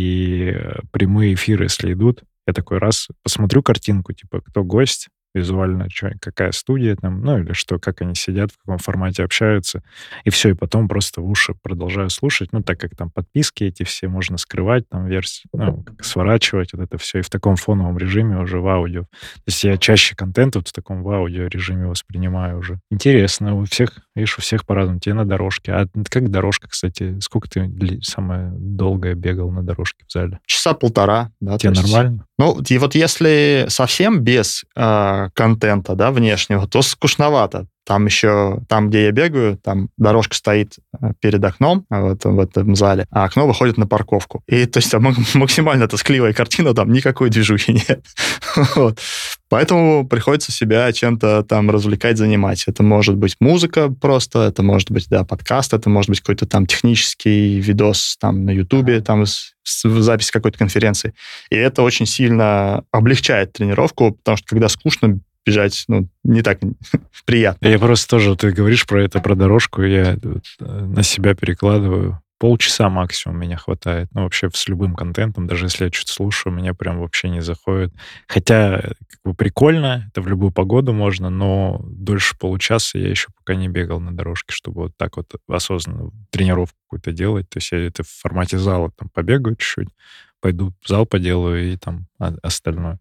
и прямые эфиры, если идут, я такой раз посмотрю картинку, типа, кто гость, визуально, что, какая студия там, ну, или что, как они сидят, в каком формате общаются, и все, и потом просто в уши продолжаю слушать, ну, так как там подписки эти все можно скрывать, там, версии, ну, сворачивать, вот это все, и в таком фоновом режиме уже в аудио. То есть я чаще контент вот в таком в аудио режиме воспринимаю уже. Интересно, у всех, видишь, у всех по-разному. Тебе на дорожке. А как дорожка, кстати? Сколько ты самое долгое бегал на дорожке в зале? Часа полтора. Да, тебе нормально? Ну, и вот если совсем без э, контента, да, внешнего, то скучновато. Там еще, там, где я бегаю, там дорожка стоит перед окном в этом, в этом зале, а окно выходит на парковку. И то есть там максимально тоскливая картина, там никакой движухи нет. Вот. Поэтому приходится себя чем-то там развлекать, занимать. Это может быть музыка просто, это может быть, да, подкаст, это может быть какой-то там технический видос там на Ютубе, там с, с, запись какой-то конференции. И это очень сильно облегчает тренировку, потому что когда скучно, бежать, ну, не так приятно. Я просто тоже, ты говоришь про это, про дорожку, я на себя перекладываю. Полчаса максимум меня хватает. Ну, вообще с любым контентом, даже если я что-то слушаю, меня прям вообще не заходит. Хотя, как бы, прикольно, это в любую погоду можно, но дольше получаса я еще пока не бегал на дорожке, чтобы вот так вот осознанно тренировку какую-то делать. То есть я это в формате зала там побегаю чуть-чуть, пойду в зал поделаю и там остальное.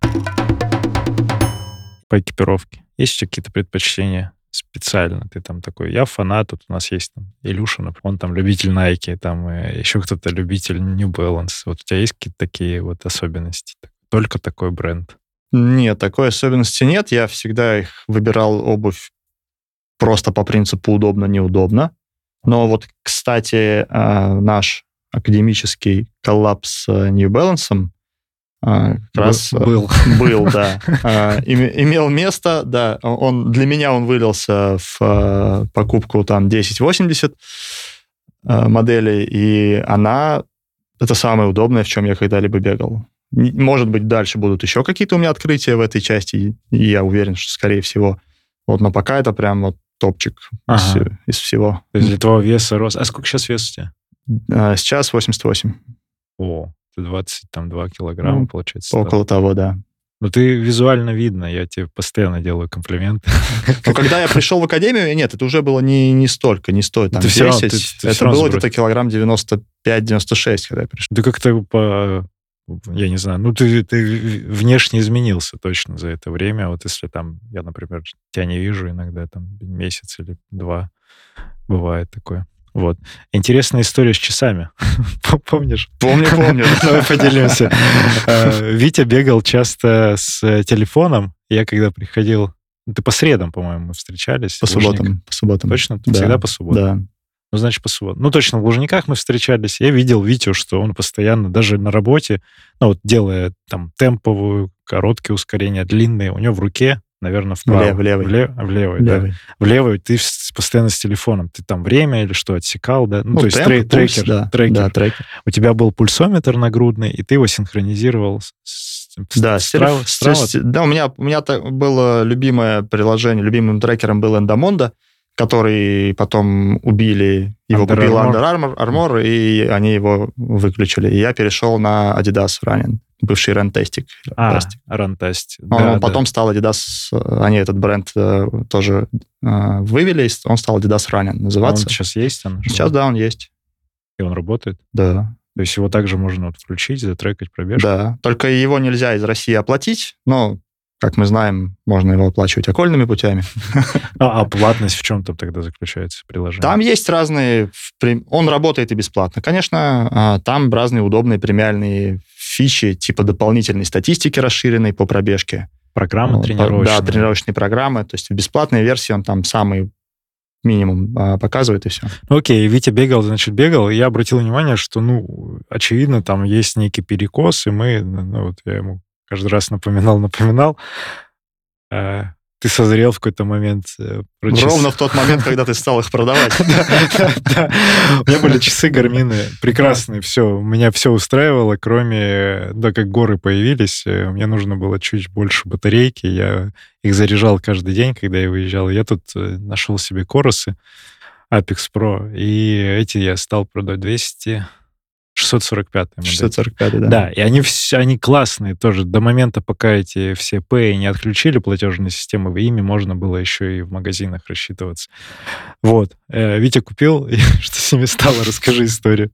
По экипировке. Есть какие-то предпочтения специально? Ты там такой, я фанат, тут у нас есть там Илюша, например, он там любитель Nike, там еще кто-то любитель New Balance. Вот у тебя есть какие-то такие вот особенности? Только такой бренд? Нет, такой особенности нет. Я всегда их выбирал обувь просто по принципу удобно-неудобно. Но вот, кстати, наш академический коллапс с New Balance как раз был, был, да, имел место, да, он для меня он вылился в покупку там десять восемьдесят модели, и она это самое удобное, в чем я когда-либо бегал. Может быть, дальше будут еще какие-то у меня открытия в этой части, и я уверен, что скорее всего. Вот, но пока это прям вот топчик ага. из, из всего. То есть для твоего веса рост. А сколько сейчас вес у тебя? Сейчас восемьдесят восемь. О, двадцать два килограмма, ну, получается. Около стало. Того, да. Ну, ты визуально видно, я тебе постоянно делаю комплименты. Но когда я пришел в академию, нет, это уже было не, не столько, не стоит там десять. Равно, ты, ты это было где-то килограмм девяносто пять девяносто шесть, когда я пришел. Ты как-то по... Я не знаю, ну, ты, ты внешне изменился точно за это время. Вот если там, я, например, тебя не вижу иногда, там, месяц или два, бывает такое. Вот. Интересная история с часами. Помнишь? Помню, помню. Давай поделимся. Витя бегал часто с телефоном. Я когда приходил... Ты по средам, по-моему, мы встречались. По субботам. По субботам. Точно? Ты всегда по субботам? Да. Ну, значит, по субботам. Ну, точно, в Лужниках мы встречались. Я видел Витю, что он постоянно, даже на работе, ну, вот делая там темповую, короткие ускорения, длинные, у него в руке, наверное, вправо. В левой. В, лев, в левой, левой. да. В левой ты постоянно с телефоном. Ты там время или что, отсекал, да? Ну, ну то есть темп, трек, пульс, трекер, да, трекер. Да, трекер. У тебя был пульсометр нагрудный, и ты его синхронизировал с, с, да, с, Strava, с, Strava? с, да, у меня, у меня было любимое приложение, любимым трекером был Endomondo, который потом убили, его Under купил Armour. Under Armour, Armour, и они его выключили. И я перешел на Adidas Running, бывший Runtastic. А, Runtastic. Он Да, потом да. стал Adidas, они этот бренд э, тоже э, вывели, он стал Adidas Running называться. Он сейчас есть? Он, Сейчас, да, он есть. И он работает? Да. То есть его также можно вот включить, затрекать пробежку? Да, только его нельзя из России оплатить, но, как мы знаем, можно его оплачивать окольными путями. А, а платность в чем там тогда заключается приложение? Там есть разные... Он работает и бесплатно. Конечно, там разные удобные премиальные фичи, типа дополнительной статистики расширенной по пробежке. Программы Вот, тренировочные? Да, тренировочные программы. То есть в бесплатной версии он там самый минимум а, показывает, и все. Ну, окей, Витя бегал, значит, бегал, и я обратил внимание, что, ну, очевидно, там есть некий перекос, и мы, ну, вот я ему каждый раз напоминал, напоминал, э, ты созрел в какой-то момент. Э, Ровно в тот момент, когда ты стал их продавать. Да, у меня были часы Гармины прекрасные, все, меня все устраивало, кроме, да, как горы появились, мне нужно было чуть больше батарейки, я их заряжал каждый день, когда я выезжал. Я тут нашел себе Коросы Apex Pro, и эти я стал продавать двести... шестьсот сорок пятая модель. шестьсот сорок пятая, да. Да, и они, все, они классные тоже. До момента, пока эти все Pay не отключили платежные системы, ими можно было еще и в магазинах рассчитываться. Вот. Витя купил, и что с ними стало? Расскажи историю.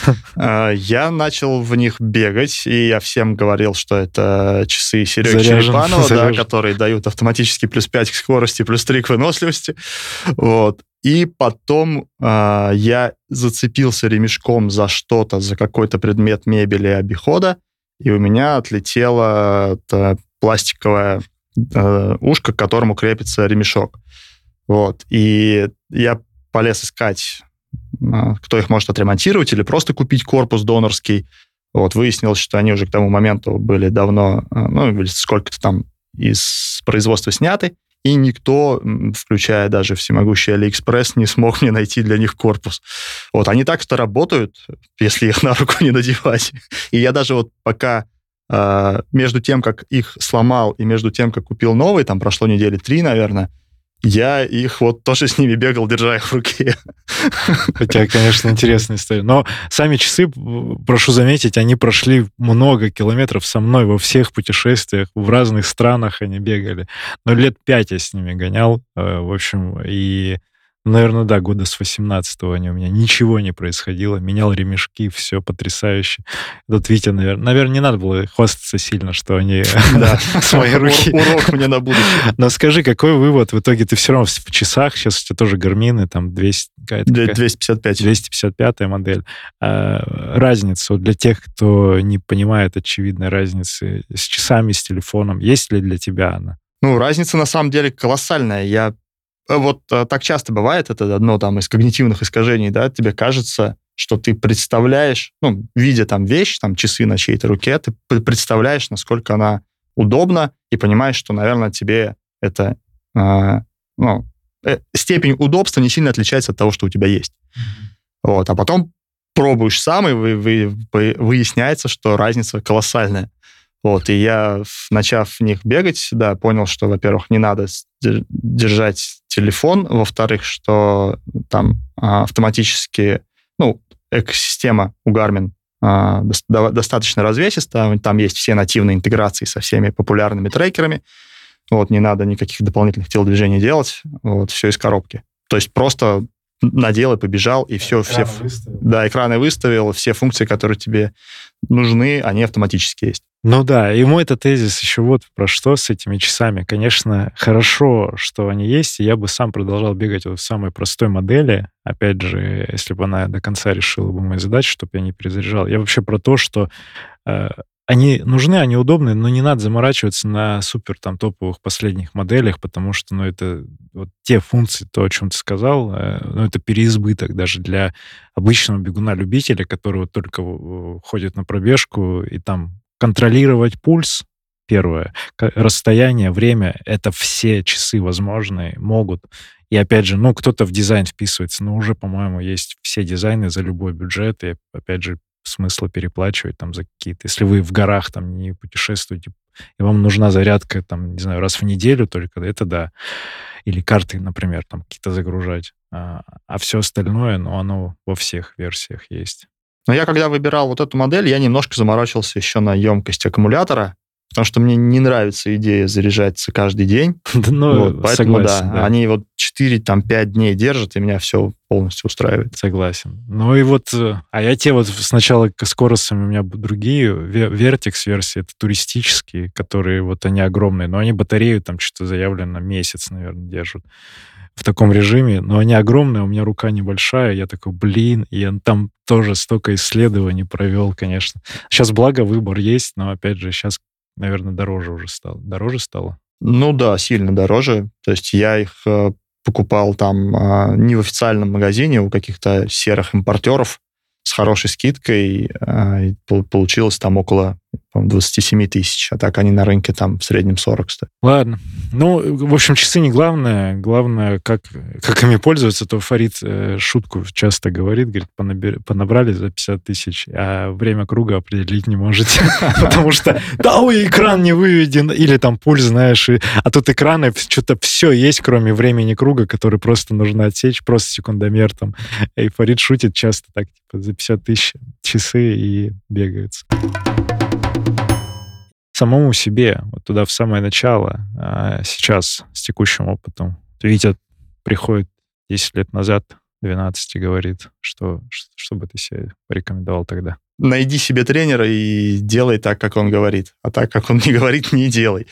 Я начал в них бегать, и я всем говорил, что это часы Сереги Заряжен, Черепанова, да, заряжен. которые дают автоматически плюс пять к скорости, плюс три к выносливости. Вот. И потом э, я зацепился ремешком за что-то, за какой-то предмет мебели обихода, и у меня отлетело это пластиковое э, ушко, к которому крепится ремешок. Вот. И я полез искать, э, кто их может отремонтировать или просто купить корпус донорский. Вот. Выяснилось, что они уже к тому моменту были давно, э, ну, или сколько-то там из производства сняты, и никто, включая даже всемогущий Алиэкспресс, не смог мне найти для них корпус. Вот, они так что работают, если их на руку не надевать. И я даже вот пока э, между тем, как их сломал, и между тем, как купил новый, там прошло недели три, наверное, я их вот тоже с ними бегал, держа их в руке. Хотя, конечно, интересная история. Но сами часы, прошу заметить, они прошли много километров со мной во всех путешествиях, в разных странах они бегали. Но лет пять я с ними гонял, в общем, и, наверное, да, года с восемнадцатого они у меня ничего не происходило. Менял ремешки, все потрясающе. Тут Витя, наверное, наверное, не надо было хвастаться сильно, что они с моей руки. Урок мне на будущее. Но скажи, какой вывод? В итоге ты все равно в часах, сейчас у тебя тоже Гармины, там двести, двести пятьдесят пять. двести пятьдесят пятая модель. Разница для тех, кто не понимает очевидной разницы с часами, с телефоном, есть ли для тебя она? Ну, разница на самом деле колоссальная. Я Вот так часто бывает, это одно там из когнитивных искажений, да, тебе кажется, что ты представляешь, ну, видя там вещь, там часы на чьей-то руке, ты представляешь, насколько она удобна, и понимаешь, что, наверное, тебе это, э, ну, э, степень удобства не сильно отличается от того, что у тебя есть. Mm-hmm. Вот, а потом пробуешь сам, и вы, вы, вы, выясняется, что разница колоссальная. Вот, и я, начав в них бегать, да, понял, что, во-первых, не надо держать телефон, во-вторых, что там автоматически, ну, экосистема у Garmin а, достаточно развесистая, там есть все нативные интеграции со всеми популярными трекерами, вот, не надо никаких дополнительных телодвижений делать, вот, все из коробки. То есть просто надел и побежал, и все, все, да, экраны выставил, все функции, которые тебе нужны, они автоматически есть. Ну да, и мой это тезис еще вот про что с этими часами. Конечно, хорошо, что они есть, и я бы сам продолжал бегать вот в самой простой модели. Опять же, если бы она до конца решила бы мою задачу, чтобы я не перезаряжал. Я вообще про то, что э, они нужны, они удобны, но не надо заморачиваться на супер там топовых последних моделях, потому что, ну, это вот те функции, то, о чем ты сказал, э, ну, это переизбыток даже для обычного бегуна-любителя, который вот только ходит на пробежку, и там контролировать пульс, первое, расстояние, время, это все часы возможные, могут. И опять же, ну, кто-то в дизайн вписывается, но уже, по-моему, есть все дизайны за любой бюджет, и, опять же, смысла переплачивать там за какие-то... Если вы в горах там не путешествуете, и вам нужна зарядка там, не знаю, раз в неделю только, это да. Или карты, например, там какие-то загружать. А, а все остальное, ну, оно во всех версиях есть. Но я, когда выбирал вот эту модель, я немножко заморачивался еще на емкость аккумулятора, потому что мне не нравится идея заряжаться каждый день. Ну, вот, поэтому, согласен, да, да, они вот четыре-пять дней держат, и меня все полностью устраивает. Согласен. Ну и вот, а я те вот сначала скоростями у меня другие, Vertex версии, это туристические, которые вот они огромные, но они батарею там что-то заявлено на месяц, наверное, держат в таком режиме, но они огромные, у меня рука небольшая, я такой, блин, и я там тоже столько исследований провел, конечно. Сейчас, благо, выбор есть, но, опять же, сейчас, наверное, дороже уже стало. Дороже стало? Ну да, сильно дороже. То есть я их э, покупал там э, не в официальном магазине, у каких-то серых импортеров с хорошей скидкой. Э, и получилось там около двадцать семь тысяч, а так они на рынке там в среднем сорок стоят. Ладно. Ну, в общем, часы не главное. Главное, как, как ими пользоваться. То Фарид э, шутку часто говорит, говорит, понабер... понабрали за пятьдесят тысяч, а время круга определить не можете. Потому что, да, ой, экран не выведен, или там пульс, знаешь, а тут экраны, что-то все есть, кроме времени круга, который просто нужно отсечь, просто секундомер там. И Фарид шутит часто так, типа, за пятьдесят тысяч часы и бегаются. Самому себе, вот туда в самое начало, а сейчас с текущим опытом. Витя приходит десять лет назад, двенадцать, и говорит, что, что бы ты себе порекомендовал тогда? Найди себе тренера и делай так, как он говорит. А так, как он не говорит, не делай.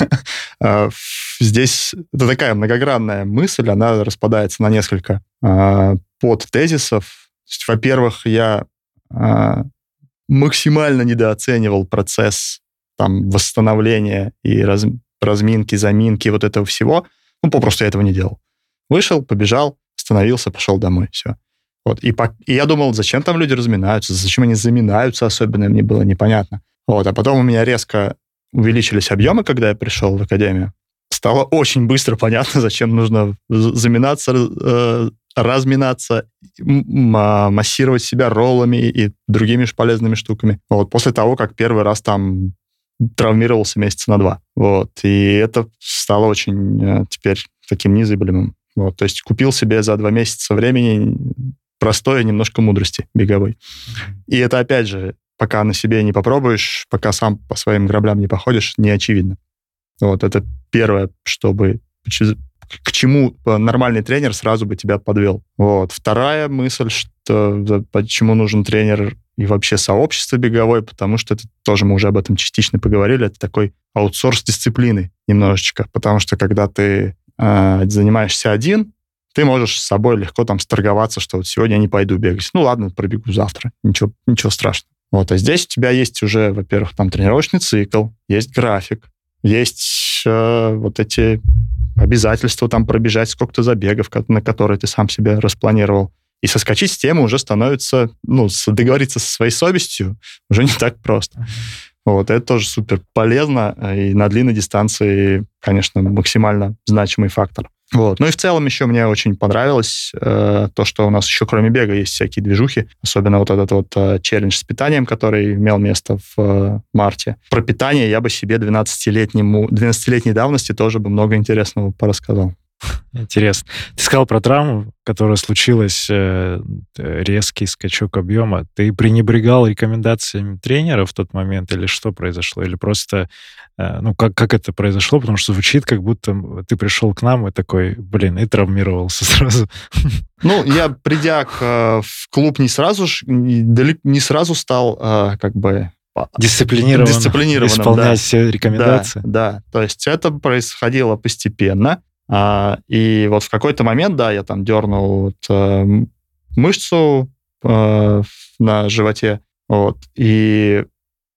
Здесь это такая многогранная мысль, она распадается на несколько подтезисов. Во-первых, я максимально недооценивал процесс там восстановления и раз, разминки, заминки, вот этого всего. Ну, попросту я этого не делал. Вышел, побежал, остановился, пошел домой, все. Вот. И, по, и я думал, зачем там люди разминаются, зачем они заминаются, особенно мне было непонятно. Вот. А потом у меня резко увеличились объемы, когда я пришел в академию. Стало очень быстро понятно, зачем нужно заминаться, э, разминаться, массировать себя роллами и другими полезными штуками. Вот. После того, как первый раз там травмировался месяца на два. Вот. И это стало очень э, теперь таким незыблемым. Вот. То есть купил себе за два месяца времени простой немножко мудрости беговой. И это, опять же, пока на себе не попробуешь, пока сам по своим граблям не походишь, не очевидно. Вот. Это первое, чтобы... К чему нормальный тренер сразу бы тебя подвел. Вот. Вторая мысль, что почему нужен тренер и вообще сообщество беговое, потому что это тоже мы уже об этом частично поговорили, это такой аутсорс дисциплины немножечко, потому что когда ты э, занимаешься один, ты можешь с собой легко там сторговаться, что вот сегодня я не пойду бегать. Ну ладно, пробегу завтра, ничего, ничего страшного. Вот. А здесь у тебя есть уже, во-первых, там тренировочный цикл, есть график, есть э, вот эти обязательства там пробежать сколько-то забегов, на которые ты сам себе распланировал. И соскочить с темы уже становится, ну, договориться со своей совестью уже не так просто. Вот, это тоже супер полезно, и на длинной дистанции, конечно, максимально значимый фактор. Вот. Ну и в целом еще мне очень понравилось э, то, что у нас еще кроме бега есть всякие движухи, особенно вот этот вот э, челлендж с питанием, который имел место в э, марте. Про питание я бы себе двенадцатилетнему, двенадцатилетней давности тоже бы много интересного порассказал. Интересно. Ты сказал про травму, которая случилась, э, резкий скачок объема. Ты пренебрегал рекомендациями тренера в тот момент или что произошло? Или просто, э, ну, как, как это произошло? Потому что звучит, как будто ты пришел к нам и такой, блин, и травмировался сразу. Ну, я, придя к, в клуб, не сразу, не сразу стал как бы... Дисциплинированно, дисциплинированным, исполнять да. все рекомендации. Да, да, то есть это происходило постепенно. А, и вот в какой-то момент, да, я там дернул вот, э, мышцу э, на животе, вот, и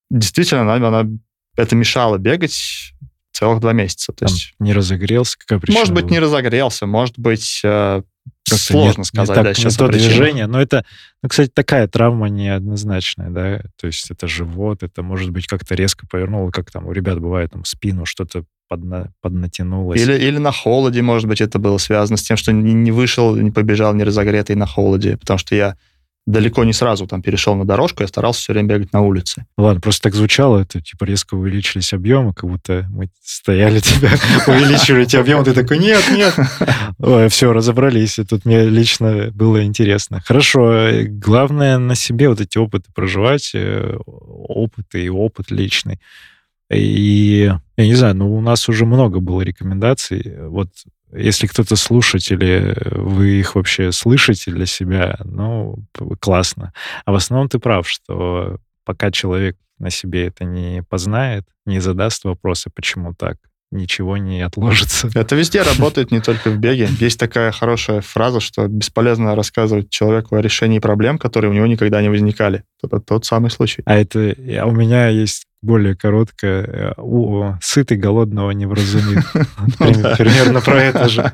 действительно, она, она, это мешало бегать целых два месяца. То Там есть, не разогрелся? Какая причина может быть, была? не разогрелся, может быть, э, Как-то сложно не, сказать, не так, да, не сейчас то причину. движение. Но это, ну, кстати, такая травма неоднозначная, да. То есть это живот, это, может быть, как-то резко повернуло, как там у ребят бывает, там, спину что-то подна, поднатянулось. Или, или на холоде, может быть, это было связано с тем, что не, не вышел, не побежал, не разогретый на холоде, потому что я далеко не сразу там перешел на дорожку, я старался все время бегать на улице. Ладно, просто так звучало, это типа резко увеличились объемы, как будто мы стояли тебя, увеличивали эти объемы, ты такой, нет, нет. Ой, все, разобрались, и тут мне лично было интересно. Хорошо, главное на себе вот эти опыты проживать, опыты и опыт личный. И, я не знаю, ну, у нас уже много было рекомендаций. Вот если кто-то слушатель, вы их вообще слышите для себя, ну, классно. А в основном ты прав, что пока человек на себе это не познает, не задаст вопросы, почему так, ничего не отложится. Это везде работает, не только в беге. Есть такая хорошая фраза, что бесполезно рассказывать человеку о решении проблем, которые у него никогда не возникали. Это тот самый случай. А это а у меня есть более короткое. У, сытый голодного не вразумит. Примерно про это же.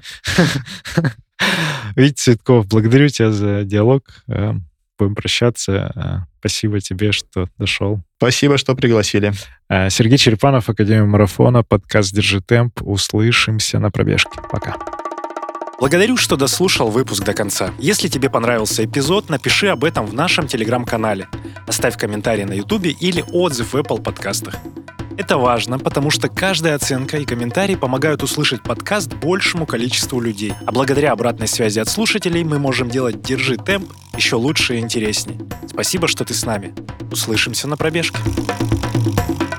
Витя Цветков, благодарю тебя за диалог. Будем прощаться. Спасибо тебе, что дошел. Спасибо, что пригласили. Сергей Черепанов, Академия марафона, подкаст «Держи темп». Услышимся на пробежке. Пока. Благодарю, что дослушал выпуск до конца. Если тебе понравился эпизод, напиши об этом в нашем телеграм-канале. Оставь комментарий на ютубе или отзыв в Apple подкастах. Это важно, потому что каждая оценка и комментарий помогают услышать подкаст большему количеству людей. А благодаря обратной связи от слушателей мы можем делать «Держи темп» еще лучше и интереснее. Спасибо, что ты с нами. Услышимся на пробежке.